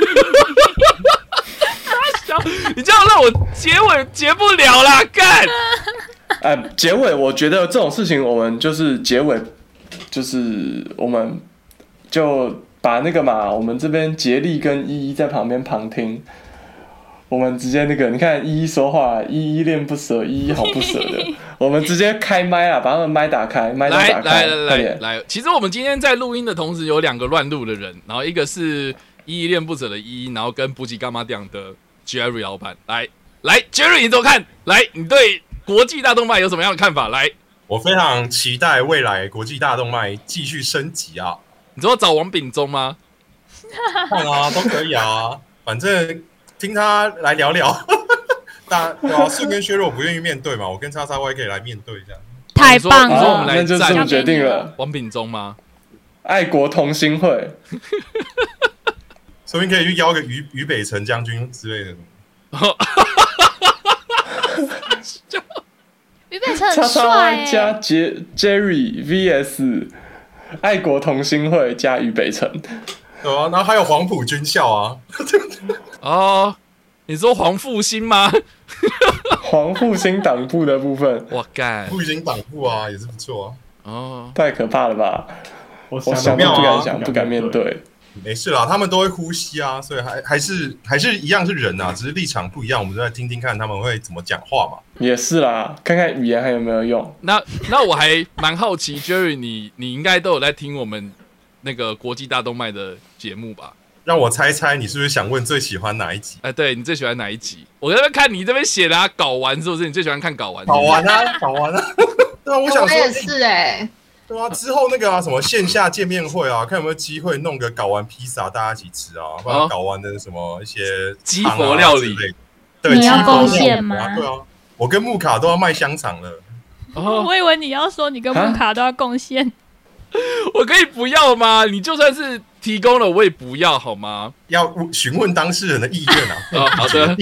Speaker 2: 你这样让我结尾结不了啦，干！
Speaker 3: 结尾我觉得这种事情，我们就是结尾，就是我们就把那个嘛，我们这边杰力跟依依在旁边旁听，我们直接那个，你看依依说话，依依恋不舍，依依好不舍的，我们直接开麦啊，把他们麦打开，麦都打开，
Speaker 2: 来。其实我们今天在录音的同时，有2个乱录的人，然后一个是依依恋不舍的依依，然后跟补给干妈店的 Jerry 老板，来 Jerry 你怎么看？来，你对国际大动脉有什么样的看法？来，
Speaker 5: 我非常期待未来国际大动脉继续升级啊！
Speaker 2: 你知道找王炳忠吗？
Speaker 5: 看啊，都可以啊，反正听他来聊聊。顺跟削弱我不愿意面对嘛，我跟XXY可以来面对这样。
Speaker 4: 太棒了！
Speaker 2: 你说我们来
Speaker 3: 那就这么决定了。
Speaker 2: 王炳忠吗？
Speaker 3: 爱国同心会，
Speaker 5: 说不定可以去邀个于北辰将军之类的。
Speaker 4: 于北辰很帅
Speaker 3: 加Jerry VS 爱国同心会加于北辰，
Speaker 5: 对啊，然后还有黄埔军校啊。
Speaker 2: 你说黄复兴吗？
Speaker 3: 黄复兴党部的部分，
Speaker 2: 我干，
Speaker 5: 复兴党部啊，也是不错
Speaker 2: 啊。
Speaker 3: 太可怕了吧！我想不敢面对。
Speaker 5: 没事啦，他们都会呼吸啊，所以还是一样是人啊，只是立场不一样，我们就来听听看他们会怎么讲话嘛。
Speaker 3: 也是啦，看看语言还有没有用。
Speaker 2: 那我还蛮好奇 ，Jerry， 你应该都有在听我们那个国际大动脉的节目吧？
Speaker 5: 让我猜猜，你是不是想问最喜欢哪一集？
Speaker 2: 对，你最喜欢哪一集？我在那边看你这边写的睾丸是不是？你最喜欢看睾丸？
Speaker 5: 睾丸啊，睾丸啊。对啊，我想说，
Speaker 6: 我也是
Speaker 5: 对啊，之后那个什么线下见面会啊，看有没有机会弄个睾丸披萨，大家一起吃啊，不然睾丸的什么一些
Speaker 2: 鸡佛料理，
Speaker 5: 对，
Speaker 4: 你要贡献吗？
Speaker 5: 对啊，我跟木卡都要卖香肠了。
Speaker 4: 我以为你要说你跟木卡都要贡献，
Speaker 2: 我可以不要吗？你就算是提供了，我也不要好吗？
Speaker 5: 要询问当事人的意愿啊。
Speaker 2: 好的。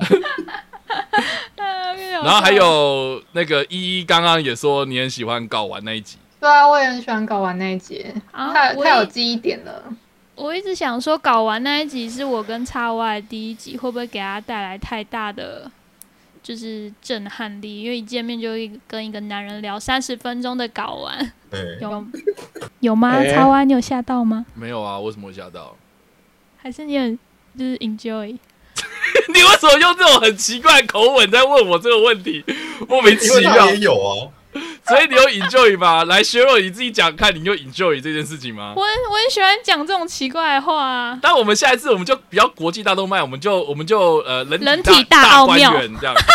Speaker 2: 然后还有那个依依刚刚也说你很喜欢睾丸那一集。
Speaker 6: 对啊，我也很喜欢睾丸那一集，太有记忆点了。
Speaker 4: 我一直想说，睾丸那一集是我跟叉 Y 的第一集，会不会给他带来太大的就是震撼力？因为一见面就跟一个男人聊30分钟的睾丸，有吗？叉 Y 你有吓到吗？
Speaker 2: 没有啊，为什么会吓到？
Speaker 4: 还是你很就是 enjoy？
Speaker 2: 你为什么用这种很奇怪的口吻在问我这个问题？莫名其妙。
Speaker 5: 因为他也有啊，
Speaker 2: 所以你有 enjoy 吗？来，薛若你自己讲看，你有 enjoy 这件事情吗？
Speaker 4: 我很喜欢讲这种奇怪的话啊。
Speaker 2: 但我们下一次我们就比较国际大动脉，我们就人体
Speaker 4: 大奥妙
Speaker 2: 这样。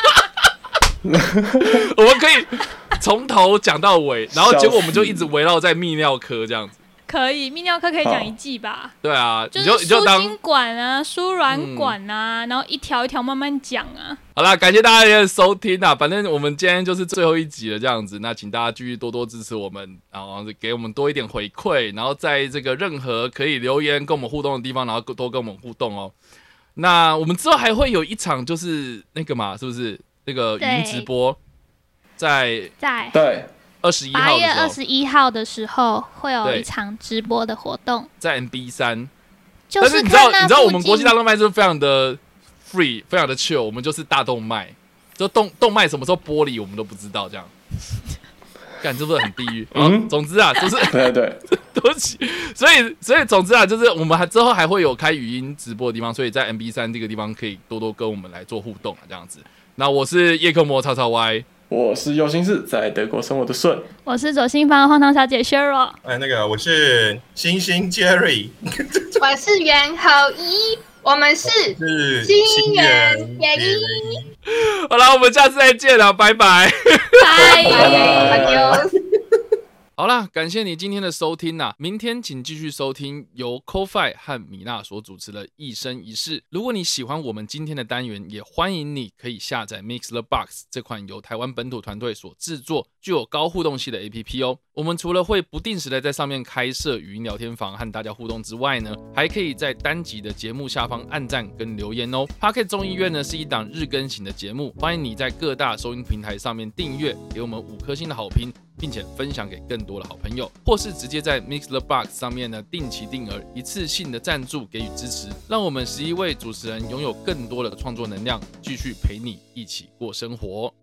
Speaker 2: 我们可以从头讲到尾，然后结果我们就一直围绕在泌尿科这样子。
Speaker 4: 可以，泌尿科可以讲1季吧？
Speaker 2: 对啊，
Speaker 4: 就是输精管啊、输卵管啊，然后一条一条慢慢讲啊。
Speaker 2: 好啦，感谢大家的收听啊！反正我们今天就是最后一集了，这样子。那请大家继续多多支持我们，然后给我们多一点回馈，然后在这个任何可以留言跟我们互动的地方，然后多跟我们互动哦。那我们之后还会有一场，就是那个嘛，是不是那个语音直播？在
Speaker 3: 对。
Speaker 4: 8月21号的时候会有一场直播的活动，
Speaker 2: 在 MB3。
Speaker 4: 但
Speaker 2: 是你知道我们国际大动脉就是非常的 free， 非常的 chill， 我们就是大动脉，就动脉什么时候剥离我们都不知道，这样。干，是不是很地狱？总之啊，就是
Speaker 3: 对，
Speaker 2: 对不起。所以总之啊，就是我们之后还会有开语音直播的地方，所以在 MB3 这个地方可以多多跟我们来做互动啊，这样子。那我是叶克膜叉叉 Y。
Speaker 3: 我是右心室，在德国生活的顺。
Speaker 4: 我是左心房荒唐小姐 Cheryl。
Speaker 5: 那个我是星星 Jerry。
Speaker 6: 我是袁厚一，我们是星源演艺。
Speaker 2: 好了，我们下次再见了，拜拜。
Speaker 6: 拜。
Speaker 2: 好啦，感谢你今天的收听啊！明天请继续收听由 Ko-Fi 和米娜所主持的一生一世。如果你喜欢我们今天的单元，也欢迎你可以下载 Mix the Box 这款由台湾本土团队所制作、具有高互动性的 APP 哦。我们除了会不定时的在上面开设语音聊天房和大家互动之外呢，还可以在单集的节目下方按赞跟留言哦。Pocket 众议院呢是一档日更型的节目，欢迎你在各大收音平台上面订阅，给我们5颗星的好评，并且分享给更多的好朋友，或是直接在 Mix the Box 上面呢定期定额一次性的赞助给予支持，让我们11位主持人拥有更多的创作能量，继续陪你一起过生活。